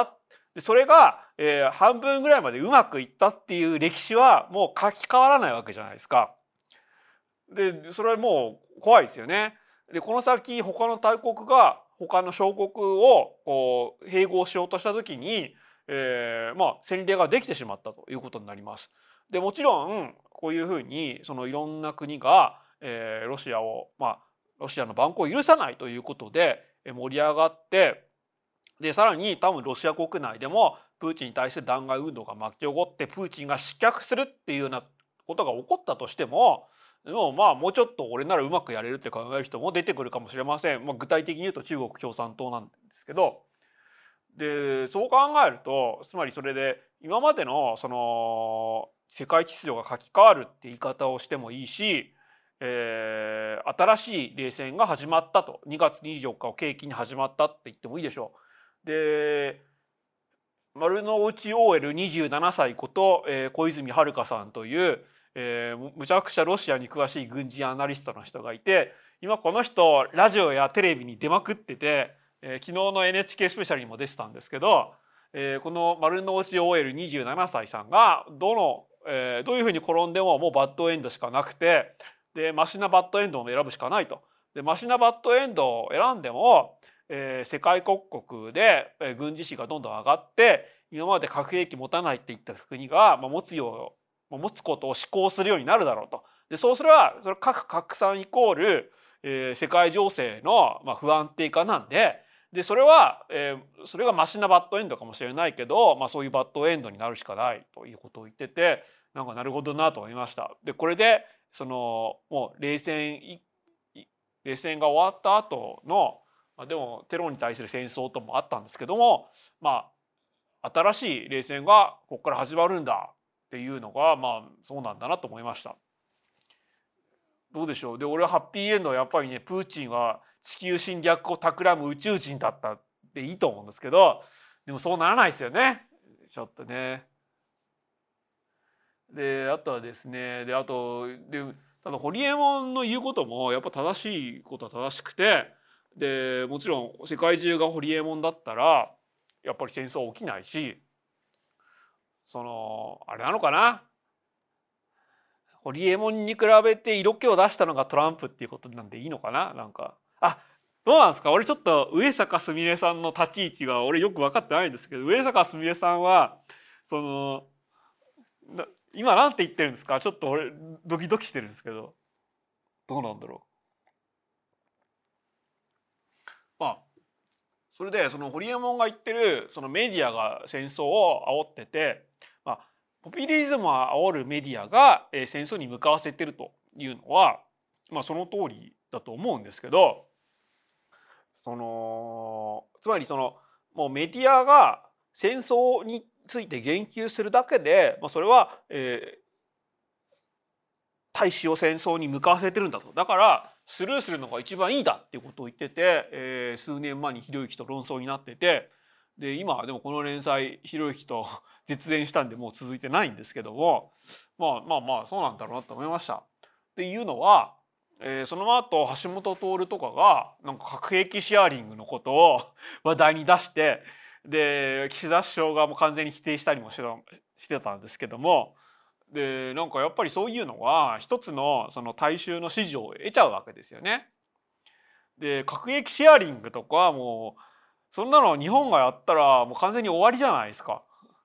でそれが、半分ぐらいまでうまくいったっていう歴史はもう書き換わらないわけじゃないですか。でそれはもう怖いですよね。でこの先他の大国が他の小国をこう併合しようとした時に、先例ができてしまったということになります。でもちろんこういうふうにそのいろんな国が、ロシアをロシアの蛮行を許さないということで盛り上がって、でさらに多分ロシア国内でもプーチンに対する弾劾運動が巻き起こってプーチンが失脚するっていうようなことが起こったとしても、でももうちょっと俺ならうまくやれるって考える人も出てくるかもしれません。具体的に言うと中国共産党なんですけど、でそう考えるとつまりそれで今までのその世界秩序が書き換わるって言い方をしてもいいし、新しい冷戦が始まったと、2月24日を契機に始まったって言ってもいいでしょう。で丸の内 OL27 歳こと、小泉遥さんという、むちゃくちゃロシアに詳しい軍事アナリストの人がいて、今この人ラジオやテレビに出まくってて、昨日の NHK スペシャルにも出てたんですけど、この丸の内 OL27 歳さんがどういうふうに転んでももうバッドエンドしかなくて、でマシなバッドエンドを選ぶしかないと。でマシなバッドエンドを選んでも世界各国で軍事費がどんどん上がって今まで核兵器持たないって言った国が持つことを志向するようになるだろうと。でそうすればそれ核拡散イコール、世界情勢の不安定化なんで、それは、それがマシなバッドエンドかもしれないけど、そういうバッドエンドになるしかないということを言ってて、なるほどなと思いました。でこれでもう冷戦が終わった後のでもテロに対する戦争ともあったんですけども、新しい冷戦がここから始まるんだっていうのがそうなんだなと思いました。どうでしょう。で俺はハッピーエンドはやっぱりね、プーチンは地球侵略を企む宇宙人だったっていいと思うんですけど、でもそうならないですよね、ちょっとね。であとはですね、ただホリエモンの言うこともやっぱ正しいことは正しくて、でもちろん世界中がホリエモンだったらやっぱり戦争は起きないし、あれなのかな、ホリエモンに比べて色気を出したのがトランプっていうことなんでいいのかな。どうなんですか。俺ちょっと上坂すみれさんの立ち位置が俺よく分かってないんですけど、上坂すみれさんは今なんて言ってるんですか。ちょっと俺ドキドキしてるんですけど、どうなんだろう。それでホリエモンが言ってるメディアが戦争を煽ってて、ポピュリズムを煽るメディアが戦争に向かわせてるというのはその通りだと思うんですけど、つまりもうメディアが戦争について言及するだけで、それは、大使を戦争に向かわせてるんだと。だからスルーするのが一番いいだっていうことを言ってて、数年前にひろゆきと論争になってて、で今でもこの連載ひろゆきと絶縁したんでもう続いてないんですけども、そうなんだろうなと思いました。っていうのは、その後橋本徹とかが核兵器シェアリングのことを話題に出して、で岸田首相がもう完全に否定したりもしてたんですけども、でやっぱりそういうのは一つの大衆の支持を得ちゃうわけですよね。で核兵器シェアリングとかはもうそんなの日本がやったらもう完全に終わりじゃないですか。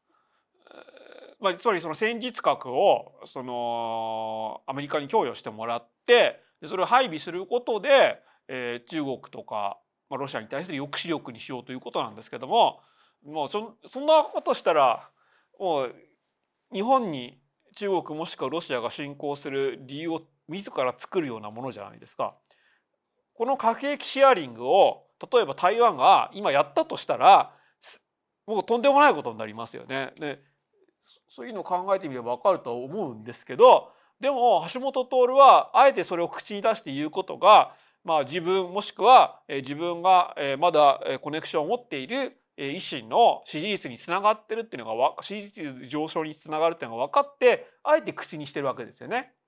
つまり戦術核をアメリカに供与してもらって、それを配備することで、中国とか、ロシアに対する抑止力にしようということなんですけども、もうそんなことしたらもう日本に中国もしくはロシアが侵攻する理由を自ら作るようなものじゃないですか。この核兵器シェアリングを例えば台湾が今やったとしたらもうとんでもないことになりますよね。でそういうのを考えてみれば分かると思うんですけど、でも橋本徹はあえてそれを口に出して言うことが、自分もしくは自分がまだコネクションを持っている維新の支持率につながってるっていうのが支持率上昇につながるっていうのが分かってあえて口にしてるわけですよね。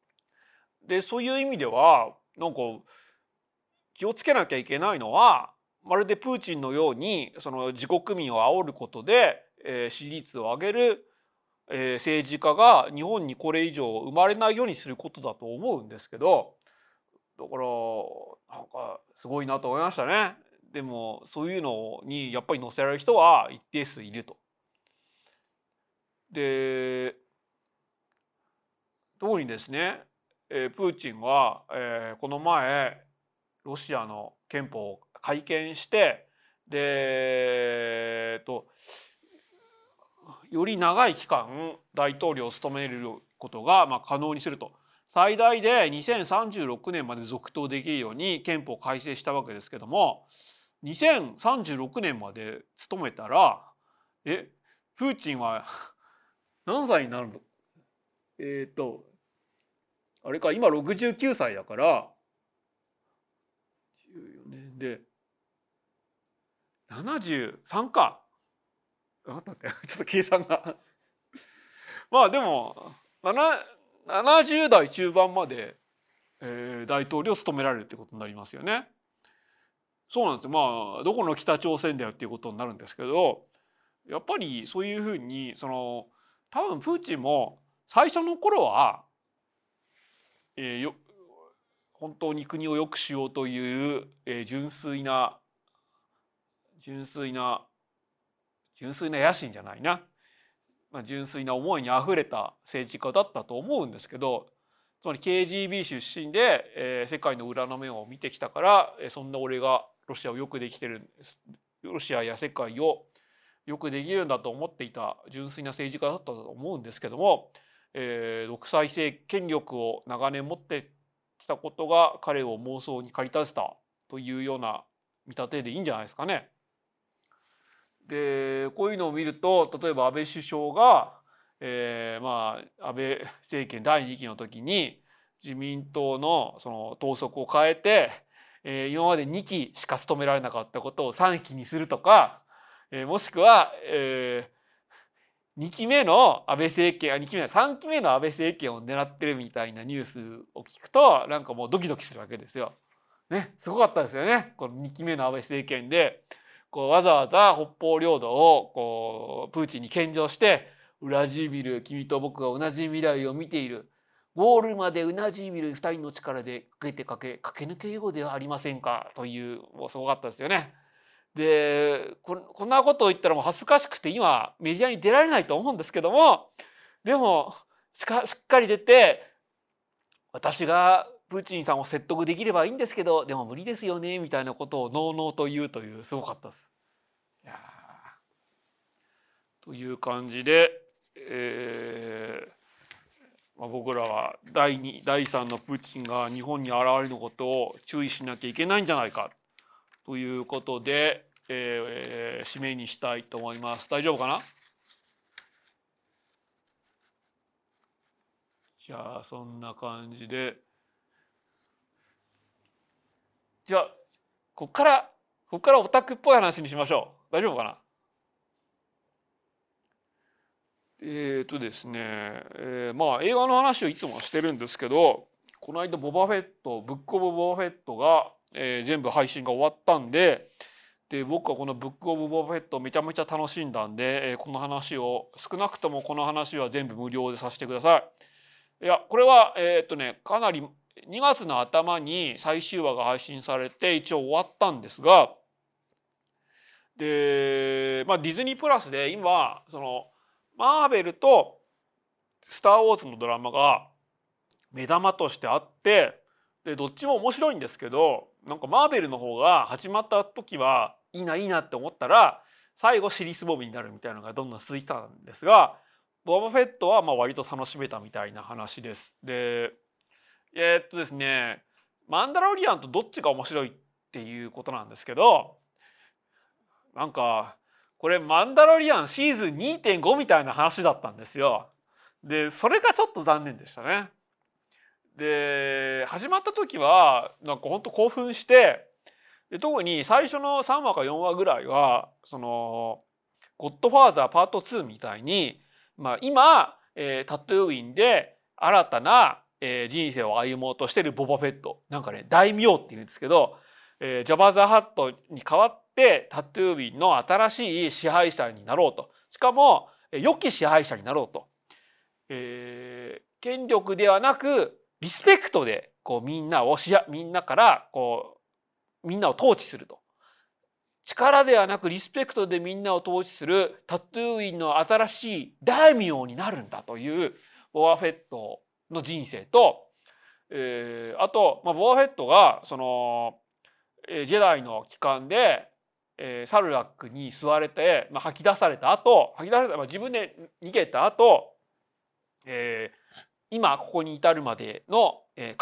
でそういう意味では気をつけなきゃいけないのはまるでプーチンのようにその自国民を煽ることで、支持率を上げる、政治家が日本にこれ以上生まれないようにすることだと思うんですけど、だからなんかすごいなと思いましたね。でもそういうのにやっぱり乗せられる人は一定数いると。で特にですね、プーチンは、この前ロシアの憲法を改憲して、でより長い期間大統領を務めることが可能にすると。最大で2036年まで続投できるように憲法を改正したわけですけども、2036年まで務めたらプーチンは何歳になるの？あれか、今69歳だから14年で73か。待ってちょっと計算がまあでも70代中盤まで、大統領を務められるってことになりますよね。そうなんですよ。どこの北朝鮮だよっていうことになるんですけど、やっぱりそういうふうに多分プーチンも最初の頃は、本当に国を良くしようという、純粋な野心じゃないな、純粋な思いにあふれた政治家だったと思うんですけど、つまり KGB 出身で、世界の裏の面を見てきたから、そんな俺がロシアをよくできてるんです、ロシアや世界をよくできるんだと思っていた純粋な政治家だったと思うんですけども、独裁権力を長年持ってきたことが彼を妄想に駆り立てたというような見立てでいいんじゃないですかね。でこういうのを見ると、例えば安倍首相が、安倍政権第2期の時に自民党のその党則を変えて、今まで2期しか務められなかったことを3期にするとか、もしくは、2期目の安倍政権2期目3期目の安倍政権を狙ってるみたいなニュースを聞くと、なんかもうドキドキするわけですよ。ね、すごかったですよね。この2期目の安倍政権でわざわざ北方領土をプーチンに献上して、ウラジーミル、君と僕が同じ未来を見ている、ゴールまでウラジーミル2人の力で駆け抜けようではありませんかという、もうすごかったですよね。でこんなことを言ったらもう恥ずかしくて今メディアに出られないと思うんですけども、でもしっかり出て、私がプーチンさんを説得できればいいんですけど、でも無理ですよねみたいなことをのうのうと言うという、すごかったです。という感じで、僕らは第2、第3のプーチンが日本に現れることを注意しなきゃいけないんじゃないかということで、締めにしたいと思います。大丈夫かな？じゃあそんな感じで、じゃあこっからオタクっぽい話にしましょう。大丈夫かな？ですね、映画の話をいつもしてるんですけど、この間ブックオブ・ボバフェットが、全部配信が終わったんで、僕はこのブックオブ・ボバフェットめちゃめちゃ楽しんだんで、この話を少なくともこの話は全部無料でさせてください。いやこれはかなり2月の頭に最終話が配信されて一応終わったんですが、でディズニープラスで今マーベルとスター・ウォーズのドラマが目玉としてあって、でどっちも面白いんですけど、なんかマーベルの方が始まった時はいいなって思ったら最後尻すぼみになるみたいなのがどんどん続いてたんですが、ボバフェットは割と楽しめたみたいな話です。でですね、マンダロリアンとどっちが面白いっていうことなんですけど、なんかこれマンダロリアンシーズン 2.5 みたいな話だったんですよ。でそれがちょっと残念でしたね。で始まった時はなんか本当興奮して、で特に最初の3話か4話ぐらいはゴッドファーザーパート2みたいに、今、タトゥーインで新たな、人生を歩もうとしてるボバフェット、なんかね大名っていうんですけど、 ジャバ・ザ・ハットに代わってタトゥーインの新しい支配者になろうと、しかも良き支配者になろうと、権力ではなくリスペクトでこうみんなからこうみんなを統治すると、力ではなくリスペクトでみんなを統治するタトゥーインの新しい大名になるんだというボバフェットの人生と、あと、ボバフェットがそのジェダイの帰還でサルラックに吸われて、吐き出された後、自分で逃げた後、今ここに至るまでのい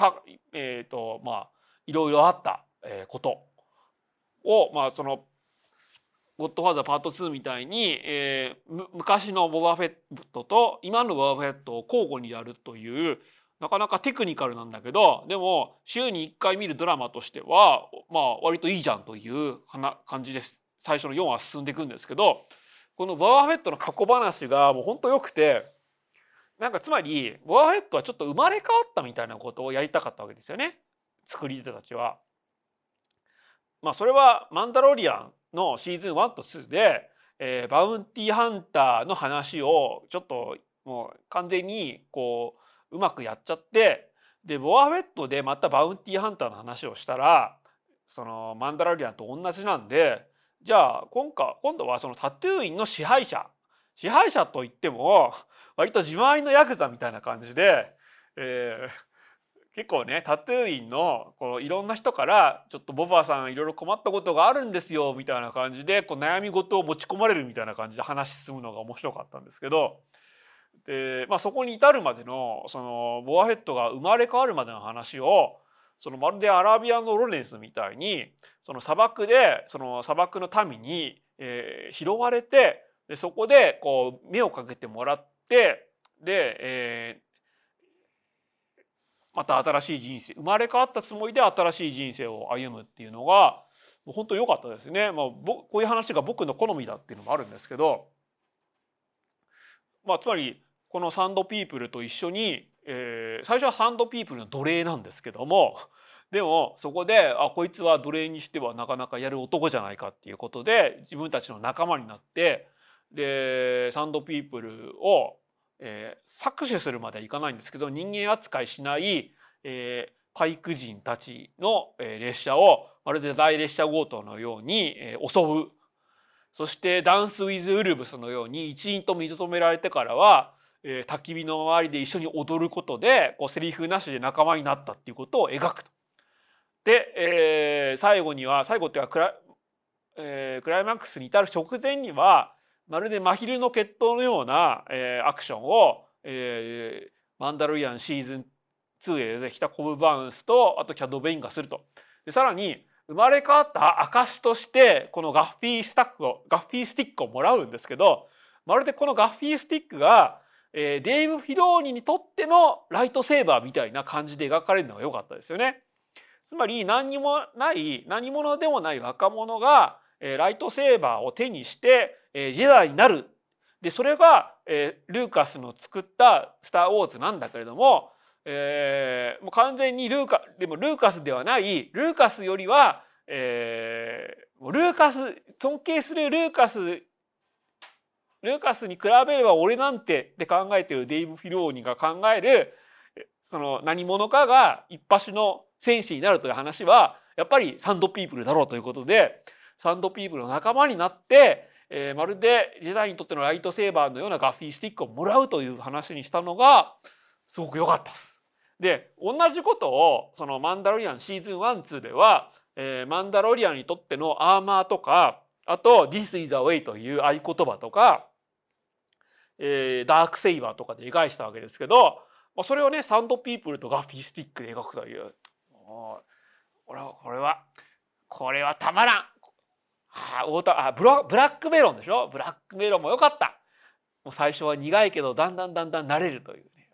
ろいろあったことを、そのゴッドファーザーパート2みたいに、昔のボバフェットと今のボバフェットを交互にやるというなかなかテクニカルなんだけど、でも週に1回見るドラマとしては割といいじゃんという感じです。最初の4話進んでいくんですけど、このボバフェットの過去話がもう本当良くて、なんかつまりボバフェットはちょっと生まれ変わったみたいなことをやりたかったわけですよね、作り手たちは。それはマンダロリアンのシーズン1と2で、バウンティーハンターの話をちょっともう完全にこううまくやっちゃって、でボバフェットでまたバウンティーハンターの話をしたらそのマンダロリアンと同じなんで、じゃあ今度はそのタトゥーインの支配者といっても割と自前のヤクザみたいな感じで、結構ねタトゥーインのこういろんな人からちょっとボバさんいろいろ困ったことがあるんですよみたいな感じでこう悩み事を持ち込まれるみたいな感じで話進むのが面白かったんですけど、で、そこに至るまでのそのボバフェットが生まれ変わるまでの話をそのまるでアラビアのロレンスみたいにその砂漠の民に、拾われて、でそこでこう目をかけてもらって、で、また新しい人生、生まれ変わったつもりで新しい人生を歩むっていうのがもう本当良かったですね。こういう話が僕の好みだっていうのもあるんですけど、つまりこのサンドピープルと一緒に、最初はサンドピープルの奴隷なんですけども、でもそこでこいつは奴隷にしてはなかなかやる男じゃないかっていうことで自分たちの仲間になって、でサンドピープルを、搾取するまではいかないんですけど人間扱いしない、パイク人たちの、列車をまるで大列車強盗のように、襲う。そしてダンス・ウィズ・ウルブスのように一員と認められてからは、焚き火の周りで一緒に踊ることでこうセリフなしで仲間になったっていうことを描くと。で、最後っていうかクライマックスに至る直前にはまるで真昼の決闘のような、アクションを、マンダロリアンシーズン2へ出てきたコブ・バーンスとあとキャド・ベインがすると。でさらに生まれ変わった証としてこのガッフィースティックをもらうんですけど、まるでこのガッフィースティックが、デイブ・フィローニにとってのライトセーバーみたいな感じで描かれるのが良かったですよね。つまり何者でもない若者がライトセーバーを手にしてジェダイになる。でそれがルーカスの作った「スター・ウォーズ」なんだけれども、もう完全にルーカスではないルーカスよりは、尊敬するルーカスに比べれば俺なんてって考えてるデイブ・フィローニが考えるその何者かが一発の戦士になるという話はやっぱりサンドピープルだろうということで、サンドピープルの仲間になって、まるでジェダイにとってのライトセーバーのようなガッフィースティックをもらうという話にしたのがすごく良かったです。で同じことをそのマンダロリアンシーズン1、2では、マンダロリアンにとってのアーマーとか、あと This is the way という合言葉とか、ダークセイバーとかで描いたわけですけど、それをねサンドピープルとガッフィースティックで描くという、これはたまらん。ブラックメロンでしょ。ブラックメロンも良かった。もう最初は苦いけどだんだん慣れるというね。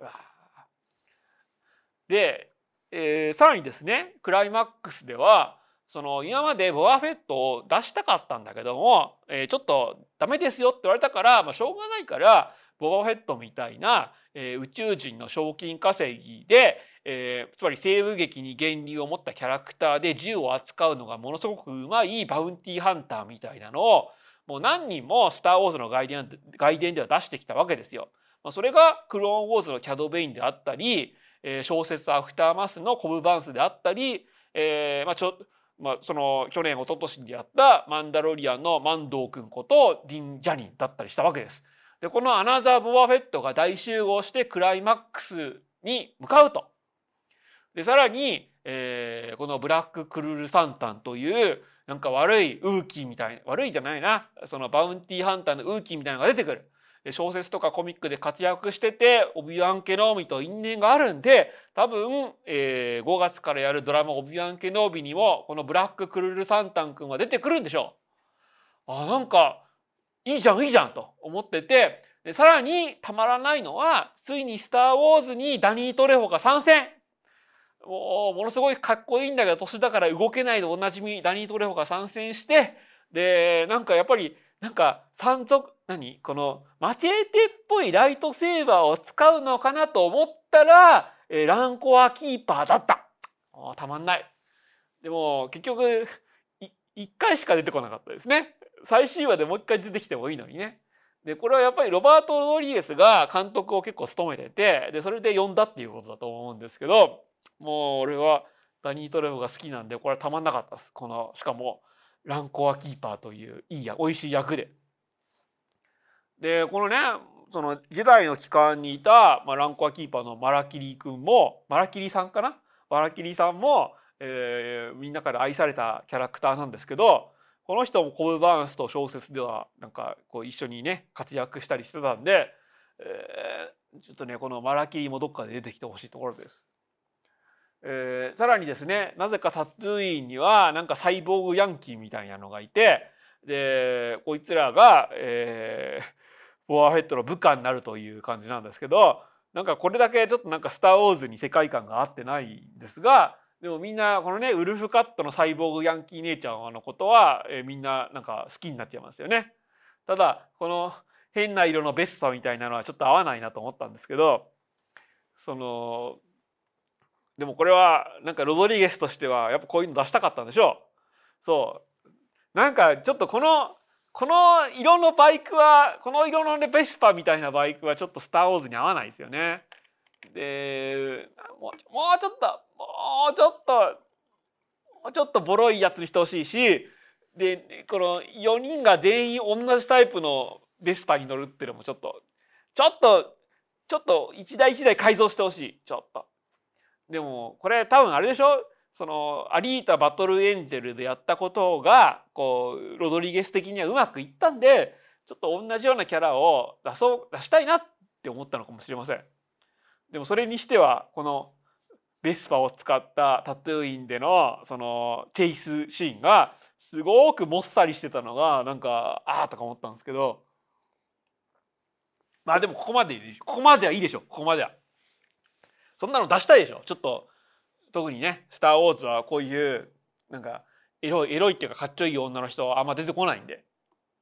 で、さらにですねクライマックスではその今までボバフェットを出したかったんだけども、ちょっとダメですよって言われたから、しょうがないからボバフェットみたいな、宇宙人の賞金稼ぎで、つまり西部劇に源流を持ったキャラクターで銃を扱うのがものすごくうまいバウンティーハンターみたいなのをもう何人もスター・ウォーズの外伝では出してきたわけですよ。それがクローン・ウォーズのキャド・ベインであったり、小説アフターマスのコブ・バンスであったり、その去年一昨年にやったマンダロリアンのマンドー君ことディン・ジャニンだったりしたわけです。でこのアナザー・ボバフェットが大集合してクライマックスに向かうと。でさらに、このブラック・クルル・サンタンというなんか悪いウーキーみたいな、悪いじゃないな、そのバウンティーハンターのウーキーみたいなのが出てくる。小説とかコミックで活躍しててオビワン・ケノービと因縁があるんで、多分、5月からやるドラマオビワン・ケノービにもこのブラック・クルル・サンタン君は出てくるんでしょう。なんかいいじゃんいいじゃんと思ってて、でさらにたまらないのはついに「スター・ウォーズ」にダニー・トレホが参戦。ものすごいかっこいいんだけど年だから動けないでおなじみダニー・トレホが参戦して、でなんかやっぱりなんかこのマチエテっぽいライトセーバーを使うのかなと思ったら、ランコアキーパーだった。たまんない。でも結局1回しか出てこなかったですね。最終話でもう一回出てきてもいいのにね。でこれはやっぱりロバート・ロドリゲスが監督を結構務めてて、でそれで呼んだっていうことだと思うんですけど、もう俺はダニー・トレホが好きなんでこれはたまんなかったです。しかもランコアキーパーという美味しい役で。でこのねそのジェダイの期間にいた、ランコアキーパーのマラキリ君もマラキリさんかな、マラキリさんも、みんなから愛されたキャラクターなんですけど、この人もコブ・バーンスと小説ではなんかこう一緒にね活躍したりしてたんで、ちょっとねこのマラキリもどっかで出てきてほしいところです。さらにですね、なぜかタトゥーインにはなんかサイボーグヤンキーみたいなのがいて、でこいつらが、ボアフェットの部下になるという感じなんですけど、なんかこれだけちょっとなんかスター・ウォーズに世界観が合ってないんですが、でもみんなこのねウルフカットのサイボーグヤンキー姉ちゃんのことは、みんななんか好きになっちゃいますよね。ただこの変な色のベスパみたいなのはちょっと合わないなと思ったんですけど、でもこれはなんかロドリゲスとしてはやっぱこういうの出したかったんでしょう。そうなんかちょっとこの色のバイクはこの色のねベスパみたいなバイクはちょっとスター・ウォーズに合わないですよね。でもうちょっとボロいやつにしてほしいし、でこの4人が全員同じタイプのベスパに乗るっていうのもちょっと一台一台改造してほしい。ちょっとでもこれ多分あれでしょ、そのアリータ・バトル・エンジェルでやったことがこうロドリゲス的にはうまくいったんで、ちょっと同じようなキャラを出したいなって思ったのかもしれません。でもそれにしてはこのベスパを使ったタトゥーインでのそのチェイスシーンがすごくもっさりしてたのがなんかとか思ったんですけど、でもここまではいいでしょ。ここまではそんなの出したいでしょ。ちょっと特にねスター・ウォーズはこういうなんかエロいっていうかかっちょいい女の人あんま出てこないんで、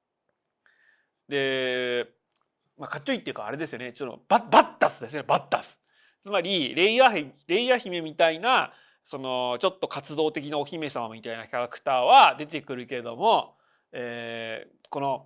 でかっちょいいっていうかあれですよね、ちょっとバッタスですね。バッタス、つまりレイヤ姫みたいなそのちょっと活動的なお姫様みたいなキャラクターは出てくるけれども、この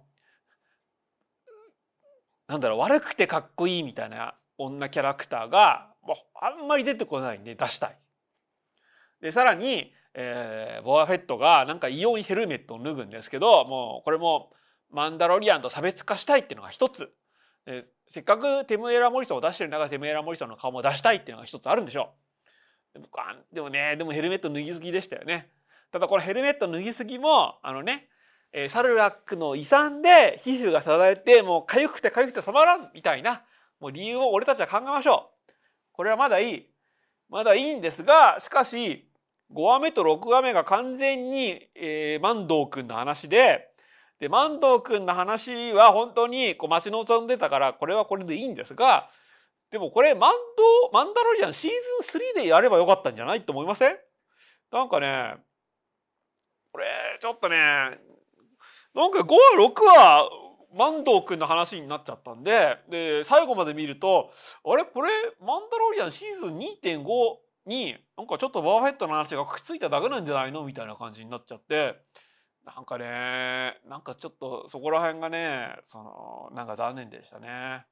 なんだろう、悪くてかっこいいみたいな女キャラクターがあんまり出てこないんで出したい。でさらに、ボアフェットがなんか異様にヘルメットを脱ぐんですけど、もうこれもマンダロリアンと差別化したいっていうのが一つ、せっかくテムエラ・モリソンを出してる中でテムエラ・モリソンの顔も出したいっていうのが一つあるんでしょう。でもヘルメット脱ぎすぎでしたよね。ただこのヘルメット脱ぎすぎもサルラックの遺産で皮膚がさられてもう痒くてたまらんみたいなもう理由を俺たちは考えましょう。これはまだいいんですが、しかし5話目と6話目が完全に、万道くんの話で万道くんの話は本当に待ち望んでたからこれはこれでいいんですが、でもこれマンダロリアンシーズン3でやればよかったんじゃないと思いません？なんかねこれちょっとねなんか5話6話マンドー君の話になっちゃったんで、最後まで見るとあれこれマンダロリアンシーズン 2.5 になんかちょっとボバフェットの話がくっついただけなんじゃないのみたいな感じになっちゃって、なんかねなんかちょっとそこら辺がねなんか残念でしたね。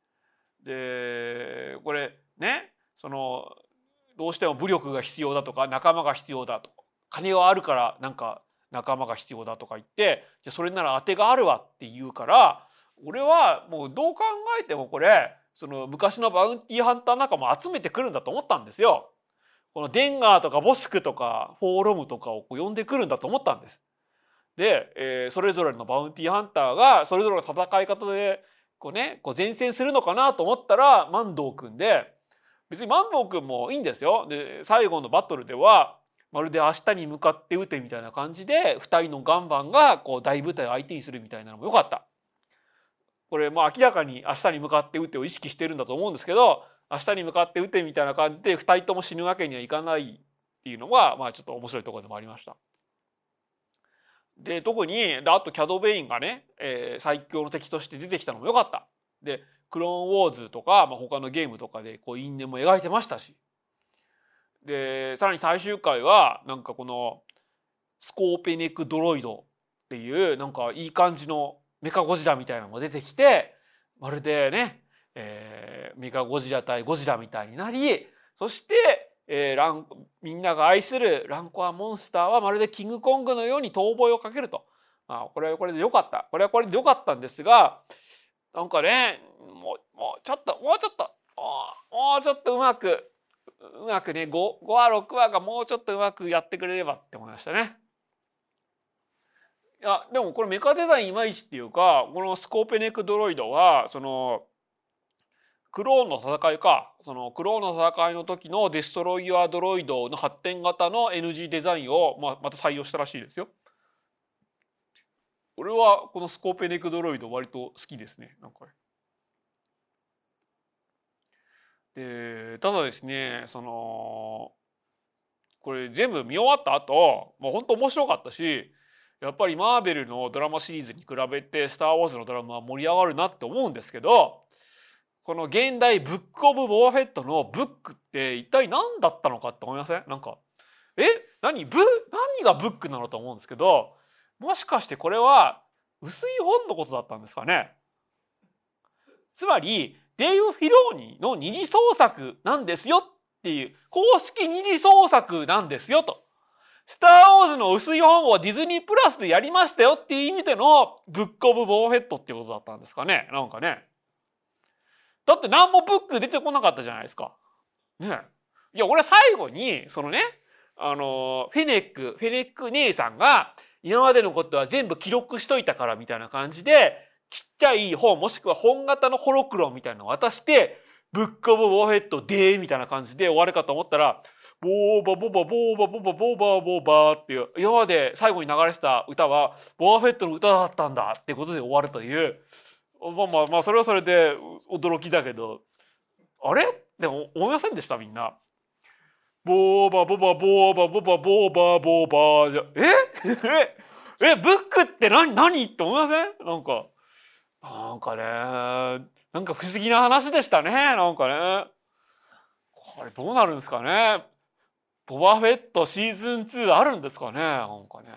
でこれねどうしても武力が必要だとか仲間が必要だとか金はあるからなんか仲間が必要だとか言ってじゃそれなら当てがあるわって言うから俺はもうどう考えてもこれ昔のバウンティーハンター仲間集めてくるんだと思ったんですよ。このデンガーとかボスクとかフォーロムとかを呼んでくるんだと思ったんです。で、それぞれのバウンティーハンターがそれぞれの戦い方で前線するのかなと思ったらマンドー君で、別にマンドー君もいいんですよ。で最後のバトルではまるで明日に向かって撃てみたいな感じで2人のガンバンが大部隊を相手にするみたいなのもよかった。これ明らかに明日に向かって撃てを意識してるんだと思うんですけど、明日に向かって撃てみたいな感じで2人とも死ぬわけにはいかないっていうのがちょっと面白いところでもありました。で特にあとキャド・ベインがね、最強の敵として出てきたのもよかった。でクローンウォーズとか、他のゲームとかで因縁も描いてましたし、でさらに最終回はなんかこのスコーペネクドロイドっていうなんかいい感じのメカゴジラみたいなのも出てきて、まるでね、メカゴジラ対ゴジラみたいになり、そしてみんなが愛するランコアモンスターはまるでキングコングのように逃亡をかけると。これはこれでよかった。これはこれでよかったんですが、なんかねもうちょっとうまくね5話6話がもうちょっとうまくやってくれればって思いましたね。いやでもこれメカデザインいまいちっていうか、このスコーペネクドロイドはクローンの戦いか、クローンの戦いの時のデストロイヤードロイドの発展型の NG デザインをまた採用したらしいですよ。俺はこのスコーペネクドロイド割と好きですね。なんかでただですねこれ全部見終わった後本当面白かったし、やっぱりマーベルのドラマシリーズに比べて「スター・ウォーズ」のドラマは盛り上がるなって思うんですけど、この現代ブック・オブ・ボバフェットのブックって一体何だったのかって思いません？なんか何がブックなのと思うんですけど、もしかしてこれは薄い本のことだったんですかね。つまりデイブ・フィローニの二次創作なんですよっていう、公式二次創作なんですよと。スター・ウォーズの薄い本をディズニープラスでやりましたよっていう意味でのブック・オブ・ボバフェットっていうことだったんですかね。なんかね。だって何もブック出てこなかったじゃないですか。ね。いや俺最後にフェネック姉さんが今までのことは全部記録しといたからみたいな感じでちっちゃい本もしくは本型のホロクロンみたいなのを渡してブックオブボバフェットでーみたいな感じで終わるかと思ったらボーバボバボーバボバボーバボーバーっていう今まで最後に流れてた歌はボバフェットの歌だったんだっていうことで終わるという、それはそれで驚きだけど、あれでも思いませんでしたみんな。ボーバボバボーバボバボーバボーバじゃブックって何って思いません？なんかねなんか不思議な話でしたね。なんかねこれどうなるんですかね。ボバフェットシーズン2あるんですかね。なんかね。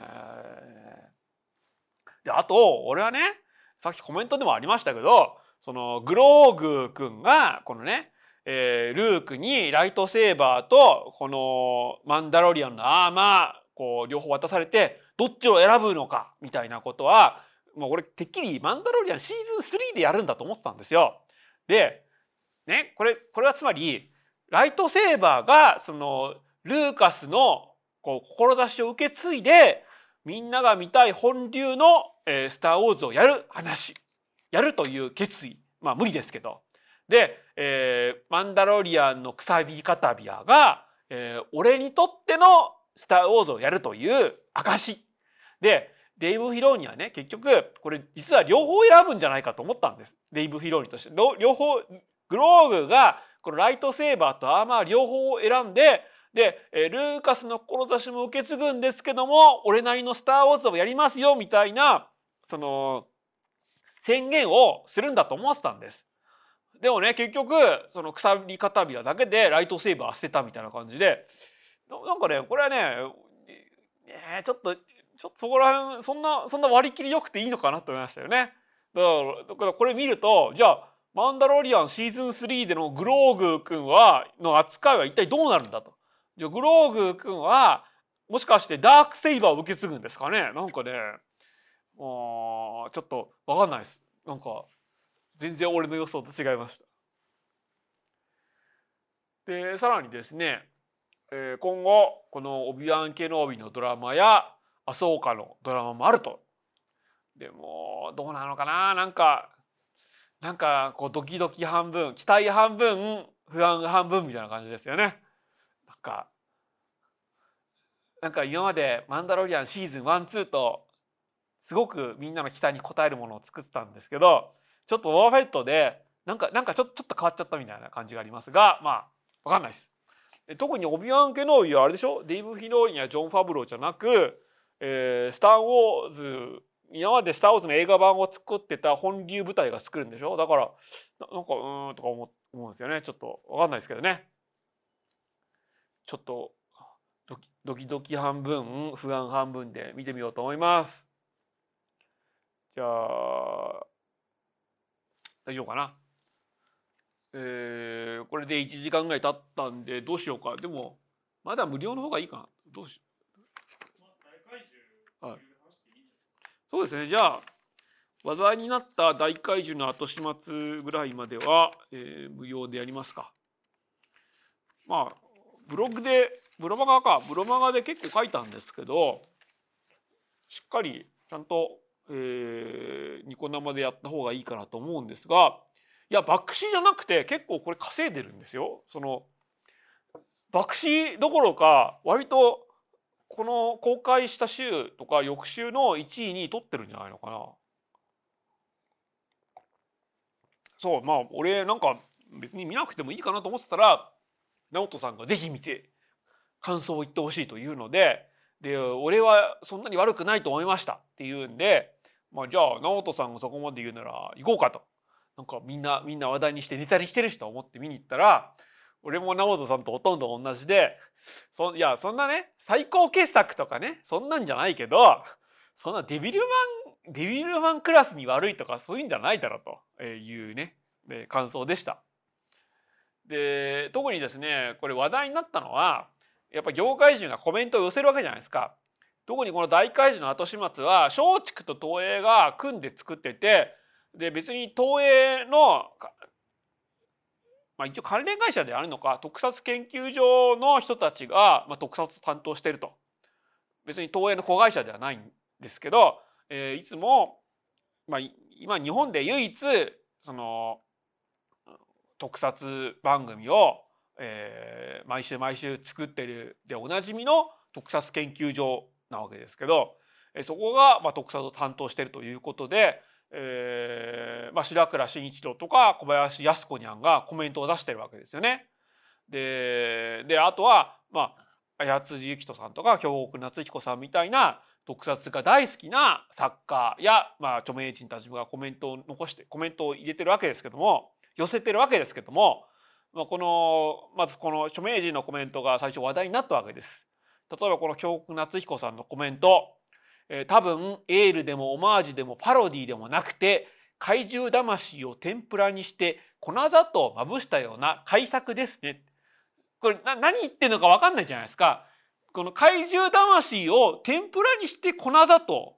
であと俺はねさっきコメントでもありましたけど、グローグ君がこのねルークにライトセーバーとこのマンダロリアンのアーマー両方渡されてどっちを選ぶのかみたいなことは俺てっきりマンダロリアンシーズン3でやるんだと思ってたんですよ。でねこれはつまりライトセーバーがルーカスの志を受け継いでみんなが見たい本流のスター・ウォーズをやるという決意、無理ですけど。で、マンダロリアンのくさびカタビアが、俺にとってのスター・ウォーズをやるという証で、デイブ・フィローニはね結局これ実は両方選ぶんじゃないかと思ったんです。デイブ・フィローニとして両方グローグがこのライトセーバーとアーマー両方を選んでルーカスの志も受け継ぐんですけども俺なりのスター・ウォーズをやりますよみたいな宣言をするんだと思ってたんです。でもね、結局その鎖片びらだけでライトセーバー捨てたみたいな感じで、なんかねこれはね、ちょっとそこら辺そんな割り切りよくていいのかなと思いましたよね。だからこれ見ると、じゃあマンダロリアンシーズン3でのグローグ君の扱いは一体どうなるんだと。じゃあグローグ君はもしかしてダークセイバーを受け継ぐんですかね。なんかね、ちょっと分かんないです。なんか全然俺の予想と違いました。でさらにですね、今後このオビワン・ケノービのドラマやアソーカのドラマもあると。でもどうなのかな、なんかこうドキドキ半分、期待半分、不安半分みたいな感じですよね。なんか今までマンダロリアンシーズン1、2とすごくみんなの期待に応えるものを作ってたんですけど、ちょっとボバフェットでなんかちょっと変わっちゃったみたいな感じがありますが、まあ分かんないです。特にオビワン・ケノービはあれでしょ、デイブ・フィノーリンやジョン・ファブローじゃなく、スター・ウォーズ、今までスター・ウォーズの映画版を作ってた本流部隊が作るんでしょ。だからなんかとか思うんですよね。ちょっと分かんないですけどね。ちょっとドキドキ半分、不安半分で見てみようと思います。じゃあ大丈夫かな。これで1時間ぐらい経ったんでどうしようか。でもまだ無料の方がいいかな。どうしよう。はい、そうですね。じゃあ話題になった大怪獣の後始末ぐらいまでは、無料でやりますか。まあブロマガで結構書いたんですけど、しっかりちゃんと、ニコ生でやった方がいいかなと思うんですが、いや爆死じゃなくて結構これ稼いでるんですよ。その爆死どころか割とこの公開した週とか翌週の1位に取ってるんじゃないのかな。そう、まあ俺なんか別に見なくてもいいかなと思ってたら、直人さんがぜひ見て感想を言ってほしいというので、俺はそんなに悪くないと思いましたっていうんで、まあじゃあ直人さんがそこまで言うなら行こうかと。なんかみんな話題にしてネタにしてるしと思って見に行ったら、俺も直人さんとほとんど同じで、いやそんなね最高傑作とかねそんなんじゃないけど、そんなデビルマンクラスに悪いとかそういうんじゃないだろうというね感想でした。で特にですねこれ話題になったのはやっぱ業界人がコメントを寄せるわけじゃないですか。特にこの大怪獣の後始末は松竹と東映が組んで作ってて、で別に東映の一応関連会社であるのか特撮研究所の人たちが、特撮を担当していると。別に東映の子会社ではないんですけど、いつも、今日本で唯一その特撮番組を、毎週作ってるでおなじみの特撮研究所なわけですけど、そこが特撮を担当しているということで、白倉慎一郎とか小林靖子にゃんがコメントを出してるわけですよね。であとは綾辻ゆきとさんとか京極夏彦さんみたいな特撮が大好きな作家や、著名人たちがコメントを入れてるわけですけども、寄せてるわけですけども、まずこの著名人のコメントが最初話題になったわけです。例えばこの京極夏彦さんのコメント、多分エールでもオマージュでもパロディでもなくて怪獣魂を天ぷらにして粉砂糖をまぶしたような改作ですね。これ何言ってるのか分かんないじゃないですか。この怪獣魂を天ぷらにして粉砂糖、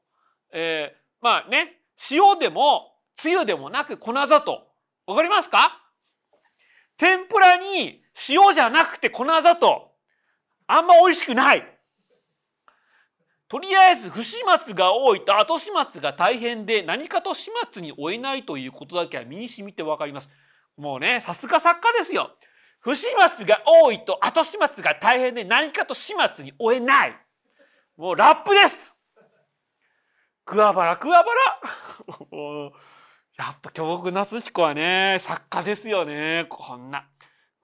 塩でもつゆでもなく粉砂糖、分かりますか？天ぷらに塩じゃなくて粉砂糖、あんま美味しくない。とりあえず不始末が多いと後始末が大変で何かと始末に追えないということだけは身に染みて分かります。もうね、さすが作家ですよ。不始末が多いと後始末が大変で何かと始末に追えない。もうラップです。クワバラやっぱ京極夏彦はね作家ですよね。こんな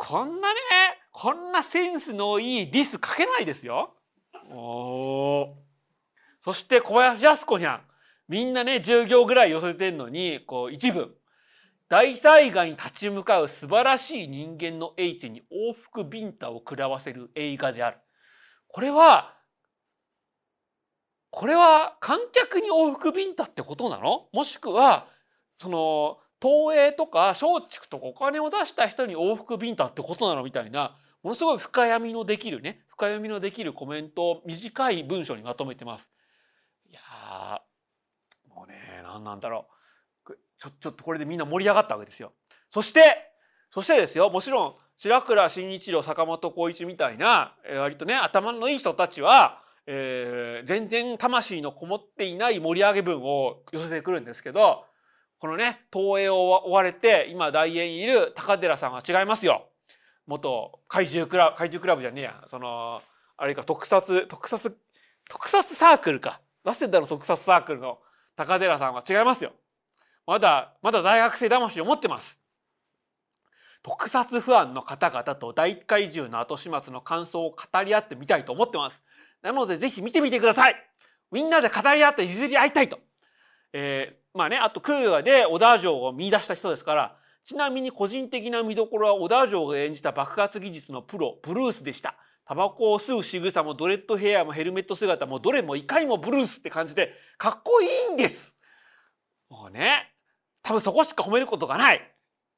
センスのいいディス書けないですよ。そして小林靖子にゃん、 みんなね10行ぐらい寄せてんのにこう一文大災害に立ち向かう素晴らしい人間の英知に往復ビンタを食らわせる映画である。これは観客に往復ビンタってことなの？もしくはその東映とか松竹とかお金を出した人に往復ビンタってことなのみたいな、ものすごい深読みのできるコメントを短い文章にまとめてます。いやもうね何なんだろう、ちょっとこれでみんな盛り上がったわけですよ。そしてですよ、もちろん白倉慎一郎、坂本浩一みたいな割とね頭のいい人たちは全然魂のこもっていない盛り上げ文を寄せてくるんですけど、このね東映を追われて今大映にいる高寺さんは違いますよ。元怪獣クラブじゃねえや、そのあれか特撮サークルか、早稲田の特撮サークルの高寺さんは違いますよ。まだ大学生魂を持ってます。特撮ファンの方々と大怪獣の後始末の感想を語り合ってみたいと思ってます。なのでぜひ見てみてください。みんなで語り合って譲り合いたいと。まあね、あと空河で小田城を見出した人ですから、ちなみに個人的な見どころは小田城が演じた爆発技術のプロブルースでした。タバコを吸う仕草もドレッドヘアもヘルメット姿もどれもいかにもブルースって感じでかっこいいんです。もうね多分そこしか褒めることがない。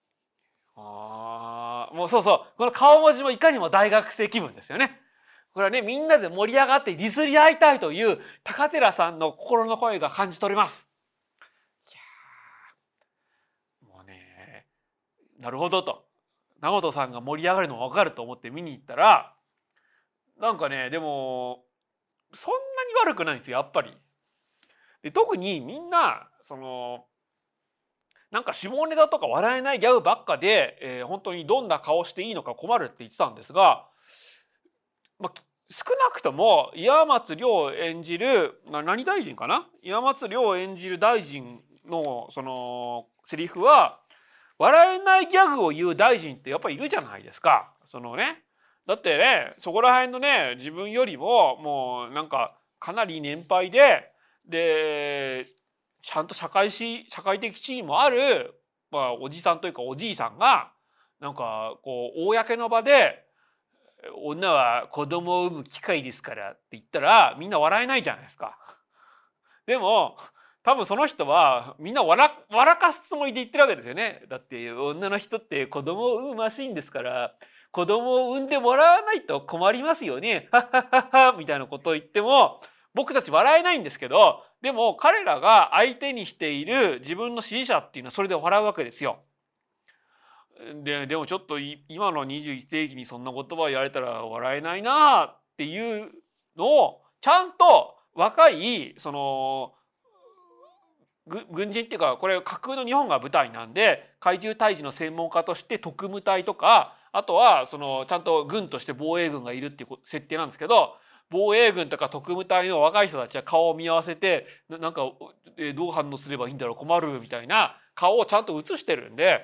もうそうこの顔文字もいかにも大学生気分ですよね。これはねみんなで盛り上がってディスり合いたいという高寺さんの心の声が感じ取れます。いやもうねなるほどと、直人さんが盛り上がるのも分かると思って見に行ったら、なんかねでもそんなに悪くないんですよやっぱり。で特にみんなそのなんか下ネタとか笑えないギャグばっかで、本当にどんな顔していいのか困るって言ってたんですが、少なくとも岩松亮演じる何大臣かな、岩松亮演じる大臣のそのセリフは笑えないギャグを言う大臣ってやっぱりいるじゃないですか。そのねだってねそこら辺のね自分よりももうなんかかなり年配でちゃんと社会的地位もある、おじさんというかおじいさんがなんかこう公の場で「女は子供を産む機械ですから」って言ったらみんな笑えないじゃないですか。でも多分その人はみんな笑かすつもりで言ってるわけですよね。だって女の人って子供を産むマシンですから子供を産んでもらわないと困りますよね。はっはっはっはみたいなことを言っても僕たち笑えないんですけど、でも彼らが相手にしている自分の支持者っていうのはそれで笑うわけですよ。でもちょっと今の21世紀にそんな言葉を言われたら笑えないなっていうのをちゃんと若いその軍人っていうかこれ架空の日本が舞台なんで怪獣退治の専門家として特務隊とかあとはそのちゃんと軍として防衛軍がいるっていう設定なんですけど、防衛軍とか特務隊の若い人たちは顔を見合わせてなんかどう反応すればいいんだろう困るみたいな顔をちゃんと映してるんで、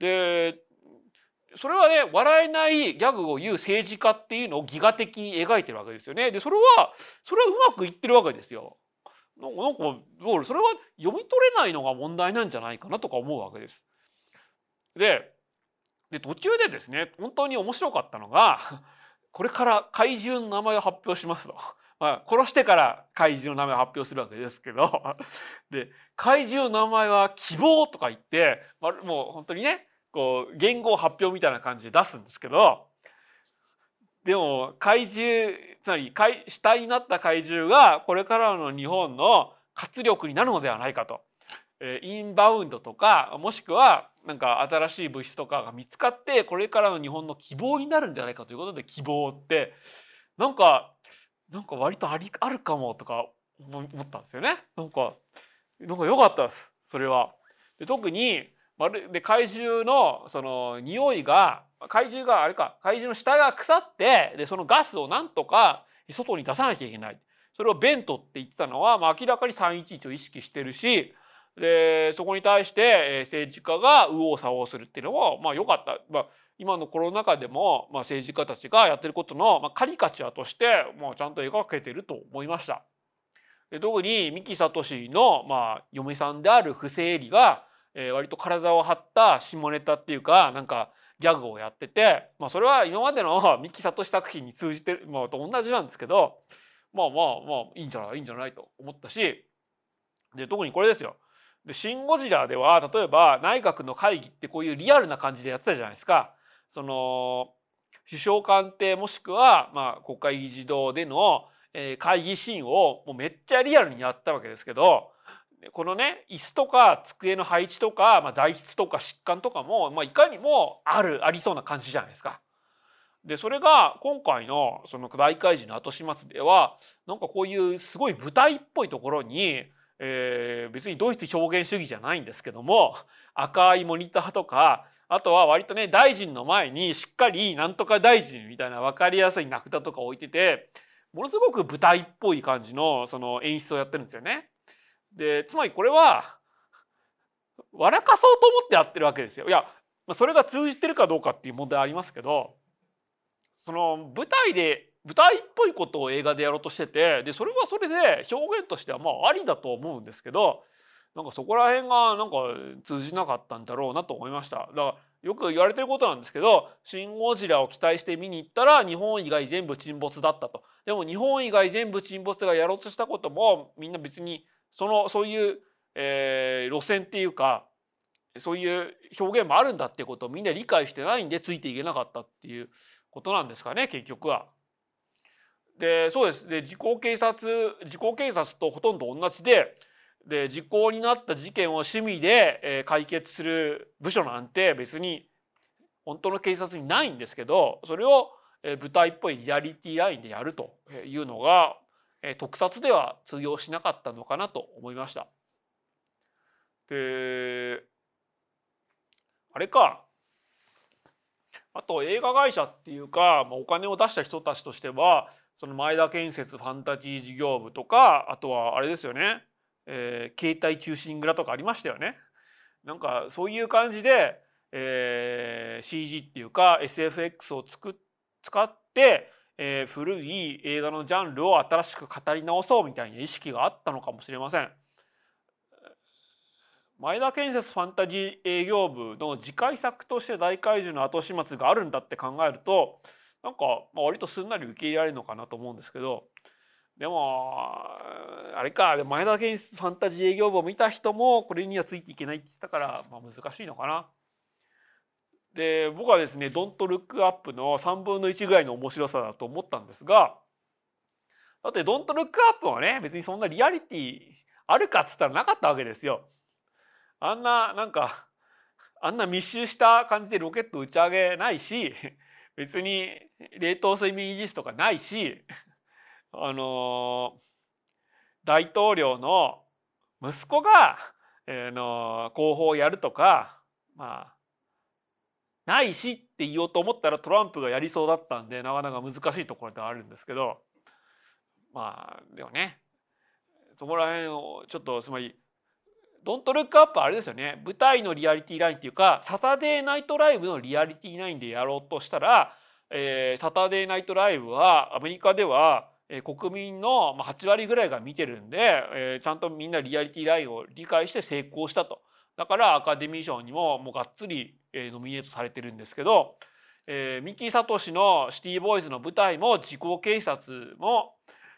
それはね笑えないギャグを言う政治家っていうのをギガ的に描いてるわけですよね。でそれはうまくいってるわけですよ。なんかそれは読み取れないのが問題なんじゃないかなとか思うわけです。で途中でですね本当に面白かったのがこれから怪獣の名前を発表しますと。殺してから怪獣の名前を発表するわけですけどで怪獣の名前は希望とか言ってもう本当にねこう言語発表みたいな感じで出すんですけど、でも怪獣つまり主体になった怪獣がこれからの日本の活力になるのではないかと。インバウンドとかもしくはなんか新しい物質とかが見つかってこれからの日本の希望になるんじゃないかということで希望ってなんか割とあるかもとか思ったんですよね。なんか良かったですそれは。で特に怪獣のその匂いが怪獣の下が腐ってでそのガスをなんとか外に出さなきゃいけない。それをベントって言ってたのは、明らかに311を意識してるし、でそこに対して政治家が右往左往するっていうのも良かった。今のコロナ禍でも政治家たちがやってることのカリカチュアとしてちゃんと描けてると思いました。 で特に三木聡の、嫁さんである不正理が、割と体を張った下ネタっていうかなんかギャグをやってて、それは今までの三木聡作品に通じてる、と同じなんですけど、いいんじゃないと思ったし、で特にこれですよ。でシン・ゴジラでは例えば内閣の会議ってこういうリアルな感じでやってたじゃないですか。その首相官邸もしくは、国会議事堂での、会議シーンをもうめっちゃリアルにやったわけですけど、このね椅子とか机の配置とか、材質とか疾患とかも、いかにもありそうな感じじゃないですか。でそれが今回のその大海事の後始末ではなんかこういうすごい舞台っぽいところに、別にドイツ表現主義じゃないんですけども赤いモニターとか、あとは割とね大臣の前にしっかりなんとか大臣みたいな分かりやすい名札とか置いてて、ものすごく舞台っぽい感じのその演出をやってるんですよね。でつまりこれは笑かそうと思ってやってるわけですよ。いやそれが通じてるかどうかっていう問題ありますけど、その舞台っぽいことを映画でやろうとしてて、でそれはそれで表現としてはありだと思うんですけど、なんかそこら辺がなんか通じなかったんだろうなと思いました。だからよく言われてることなんですけど、シン・ゴジラを期待して見に行ったら日本以外全部沈没だったと。でも日本以外全部沈没がやろうとしたこともみんな別にそういう、路線っていうかそういう表現もあるんだっていうことをみんな理解してないんでついていけなかったっていうことなんですかね結局は。でそうです。で時効警察とほとんど同じで、時効になった事件を趣味で解決する部署なんて別に本当の警察にないんですけど、それを舞台っぽいリアリティラインでやるというのが特撮では通用しなかったのかなと思いました。であれか、あと映画会社っていうか、お金を出した人たちとしてはその前田建設ファンタジー事業部とか、あとはあれですよね、携帯中心蔵とかありましたよね。なんかそういう感じで、CG っていうか SFX を使って、古い映画のジャンルを新しく語り直そうみたいな意識があったのかもしれません。前田建設ファンタジー営業部の次回作として大怪獣の後始末があるんだって考えるとなんか割とすんなり受け入れられるのかなと思うんですけど、でもあれか、前田建設ファンタジー営業部を見た人もこれにはついていけないって言ってたから、難しいのかな。で僕はですね「ドントルックアップ」の3分の1ぐらいの面白さだと思ったんですが、だって「ドントルックアップ」はね別にそんなリアリティあるかっつったらなかったわけですよ。あんな密集した感じでロケット打ち上げないし、別に冷凍睡眠維持室とかないし、大統領の息子が、広報をやるとかないしって言おうと思ったらトランプがやりそうだったんでなかなか難しいところではあるんですけど、でもねそこら辺をちょっとつまりドントルックアップはあれですよね、舞台のリアリティラインっていうかサタデーナイトライブのリアリティラインでやろうとしたら、サタデーナイトライブはアメリカでは国民の8割ぐらいが見てるんで、ちゃんとみんなリアリティラインを理解して成功したと。だからアカデミー賞にもがっつりノミネートされてるんですけど、三木聡のシティボーイズの舞台も時効警察も、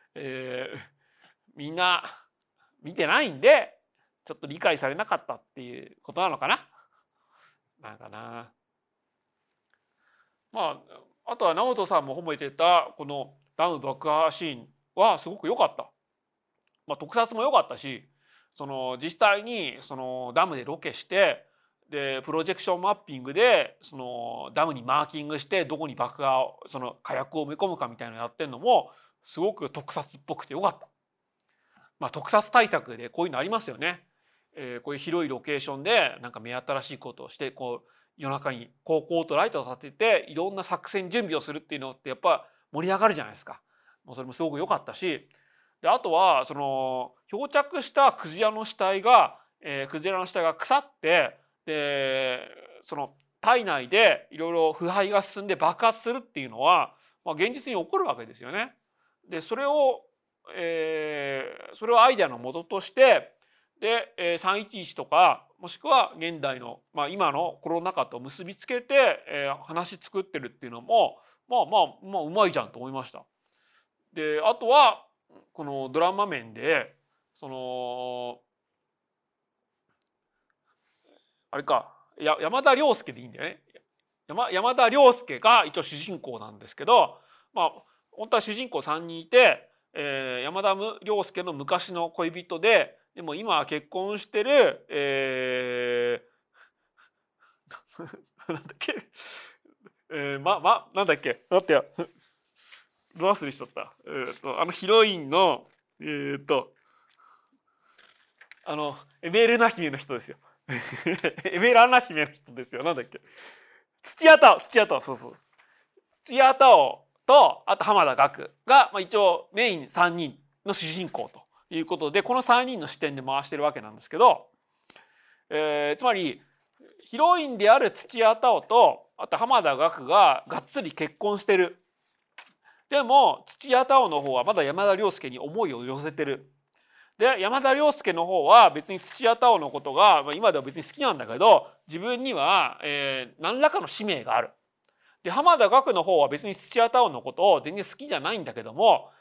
みんな見てないんでちょっと理解されなかったっていうことなのかな。なんかな。あとは直人さんも褒めてたこのダム爆破シーンはすごく良かった。特撮も良かったし、実際にダムでロケしてでプロジェクションマッピングでダムにマーキングしてどこに爆破を火薬を埋め込むかみたいなのやってるのもすごく特撮っぽくて良かった。特撮対策でこういうのありますよね。こういう広いロケーションでなんか目新しいことをして夜中にコートライトを立てていろんな作戦準備をするっていうのってやっぱ盛り上がるじゃないですか。それもすごく良かったし、であとは漂着したクジラの死体が腐ってで体内でいろいろ腐敗が進んで爆発するっていうのは、現実に起こるわけですよね。でそれをそれをアイデアの元としてで、311とかもしくは現代の、今のコロナ禍と結びつけて、話作ってるっていうのもうまいじゃんと思いました。であとはこのドラマ面でそのあれか山田涼介でいいんだよね。山田涼介が一応主人公なんですけど、本当は主人公3人いて、山田涼介の昔の恋人でも今は結婚してる、なんだっけ、なんだっけ、待ってよ、ど忘れしちゃった。ヒロインのエベルナ姫の人ですよ。エベラナ姫の人ですよ。なんだっけ。土屋太鳳、そうそう。土屋太鳳と、あと浜田岳が、一応メイン3人の主人公ということで、この3人の視点で回してるわけなんですけど、つまり、ヒロインである土屋太鳳と、あと浜田岳ががっつり結婚してる。でも、土屋太鳳の方はまだ山田涼介に思いを寄せてる。で山田涼介の方は別に土屋太鳳のことが、今では別に好きなんだけど自分には、何らかの使命がある。で浜田岳の方は別に土屋太鳳のことを全然好きじゃないんだけども、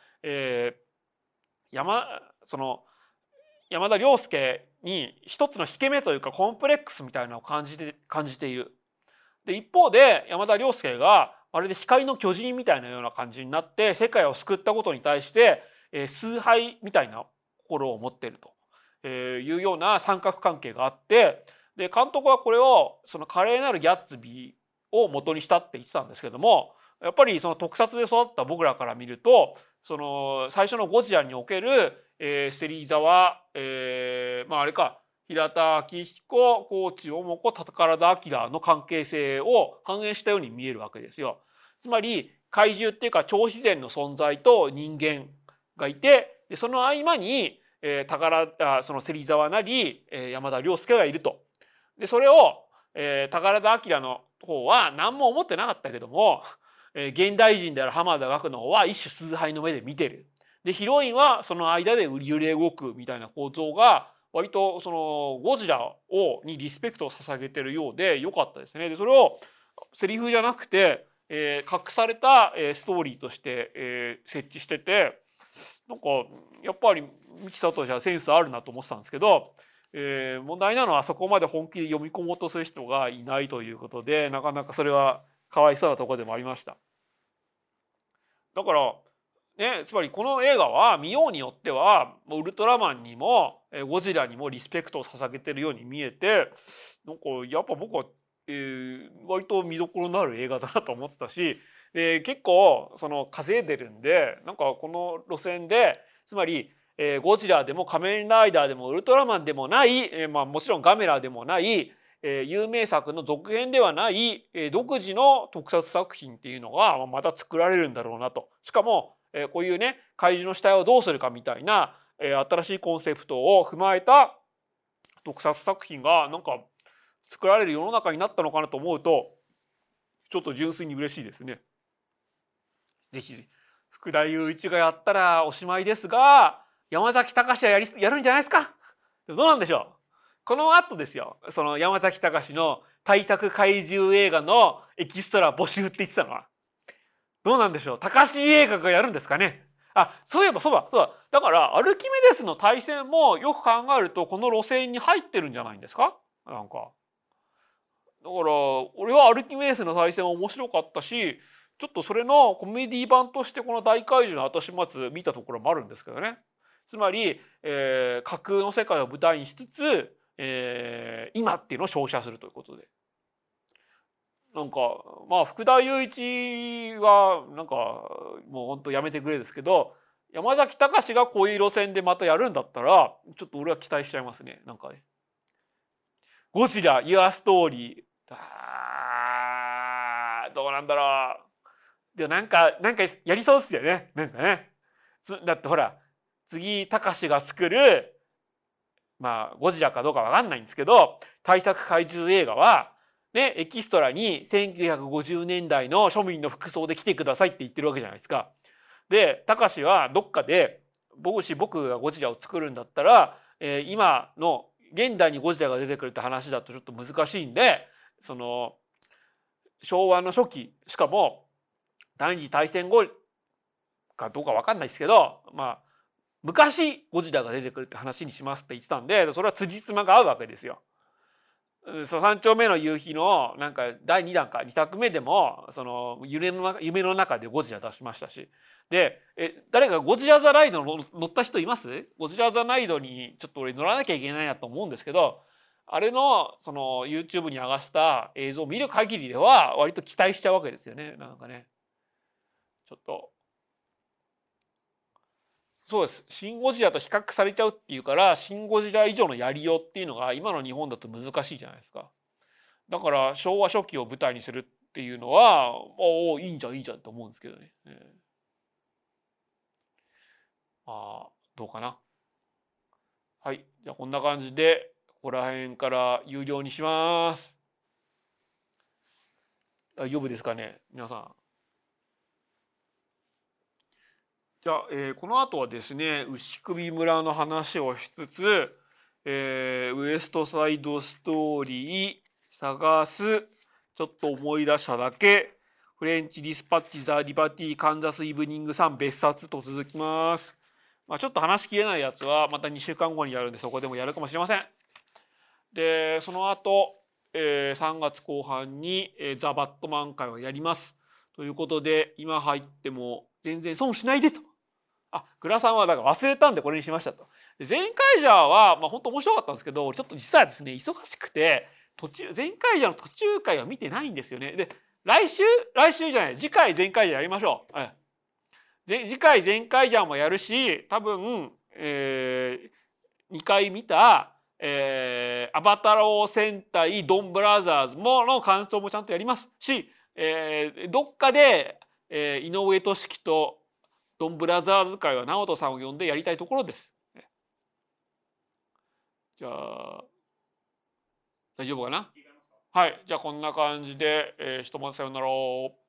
山田涼介に一つの引け目というかコンプレックスみたいなのを感じている。で一方で山田涼介がまるで光の巨人みたいなような感じになって世界を救ったことに対して、崇拝みたいな心を持っているというような三角関係があって、で監督はこれをその華麗なるギャッツビーを元にしたって言ってたんですけども、やっぱりその特撮で育った僕らから見るとその最初のゴジラにおける、芹沢、あれか平田昭彦、高知桃子、宝田明の関係性を反映したように見えるわけですよ。つまり怪獣っていうか超自然の存在と人間がいて、でその合間にその芹沢なり山田涼介がいると。でそれを宝田明の方は何も思ってなかったけども、現代人である浜田岳の方は一種崇拝の目で見てる。でヒロインはその間で揺れ動くみたいな構造が割とそのゴジラにリスペクトを捧げてるようで良かったですね。でそれをセリフじゃなくて、隠されたストーリーとして、設置してて、なんかやっぱり三木聡じゃセンスあるなと思ってたんですけど、問題なのはそこまで本気で読み込もうとする人がいないということで、なかなかそれはかわいそうなところでもありました。だからね、つまりこの映画は見ようによってはウルトラマンにもゴジラにもリスペクトを捧げてるように見えて、なんかやっぱ僕は、割と見どころのある映画だなと思ってたし、結構その稼いでるんで、なんかこの路線でつまり、ゴジラでも仮面ライダーでもウルトラマンでもない、もちろんガメラでもない、有名作の続編ではない、独自の特撮作品っていうのがまた作られるんだろうなと。しかも、こういうね怪獣の死体をどうするかみたいな、新しいコンセプトを踏まえた特撮作品がなんか作られる世の中になったのかなと思うとちょっと純粋に嬉しいですね。ぜひ福田雄一がやったらおしまいですが、山崎隆はやるんじゃないですか。どうなんでしょう。この後ですよ、その山崎隆の大作怪獣映画のエキストラ募集って言ってたのはどうなんでしょう。隆映画がやるんですかね。そういえばそうだ。だからアルキメデスの対戦もよく考えるとこの路線に入ってるんじゃないんですか。なんかだから俺はアルキメデスの対戦は面白かったし、ちょっとそれのコメディ版としてこの大怪獣の後始末見たところもあるんですけどね。つまり、架空の世界を舞台にしつつ、今っていうのを照射するということで、なんか福田雄一はなんかもう本当やめてくれですけど、山崎隆がこういう路線でまたやるんだったらちょっと俺は期待しちゃいますね。なんかね、ゴジラユアストーリーどうなんだろう。でもなんかやりそうですよね。なんかね。だってほら次隆が作るゴジラかどうかわかんないんですけど大作怪獣映画はね、エキストラに1950年代の庶民の服装で来てくださいって言ってるわけじゃないですか。で隆はどっかで僕がゴジラを作るんだったら、今の現代にゴジラが出てくるって話だとちょっと難しいんで、その昭和の初期、しかも第二次大戦後かどうか分かんないですけど、昔ゴジラが出てくるって話にしますって言ってたんで、それは辻褄が合うわけですよ。三丁目の夕日のなんか第2弾か2作目でもその夢の中でゴジラ出しましたし、で誰かゴジラ・ザ・ライド乗った人います？ゴジラ・ザ・ライドにちょっと俺乗らなきゃいけないなと思うんですけど、あれのその YouTube に上がった映像を見る限りでは割と期待しちゃうわけですよね。なんかね、ちょっとそうです。シン・ゴジラと比較されちゃうっていうから、シン・ゴジラ以上のやりようっていうのが今の日本だと難しいじゃないですか。だから昭和初期を舞台にするっていうのは、おおいいんじゃんいいじゃんと思うんですけどね。どうかな。はい、じゃあこんな感じでここら辺から有料にします。大丈夫ですかね、皆さん。じゃあ、この後はですね、牛首村の話をしつつ、ウエストサイドストーリー、探す、ちょっと思い出しただけ、フレンチディスパッチ、ザ・リバティ、カンザス・イブニング3別冊と続きます。ちょっと話しきれないやつはまた2週間後にやるんで、そこでもやるかもしれません。で、その後、3月後半に、ザ・バットマン会をやります。ということで、今入っても全然損しないでと。グラさんはだから忘れたんでこれにしましたと。前回じゃは本当面白かったんですけど、ちょっと実はですね忙しくて前回じゃの途中回は見てないんですよね。で来週じゃない次回前回じゃやりましょう。次回前回じゃもやるし、多分、2回見た、アバタロー戦隊ドンブラザーズもの感想もちゃんとやりますし、どっかで、井上俊樹とドンブラザーズ会は直人さんを呼んでやりたいところです。じゃあ大丈夫かな。はい、じゃあこんな感じで、ひとまずさよなら。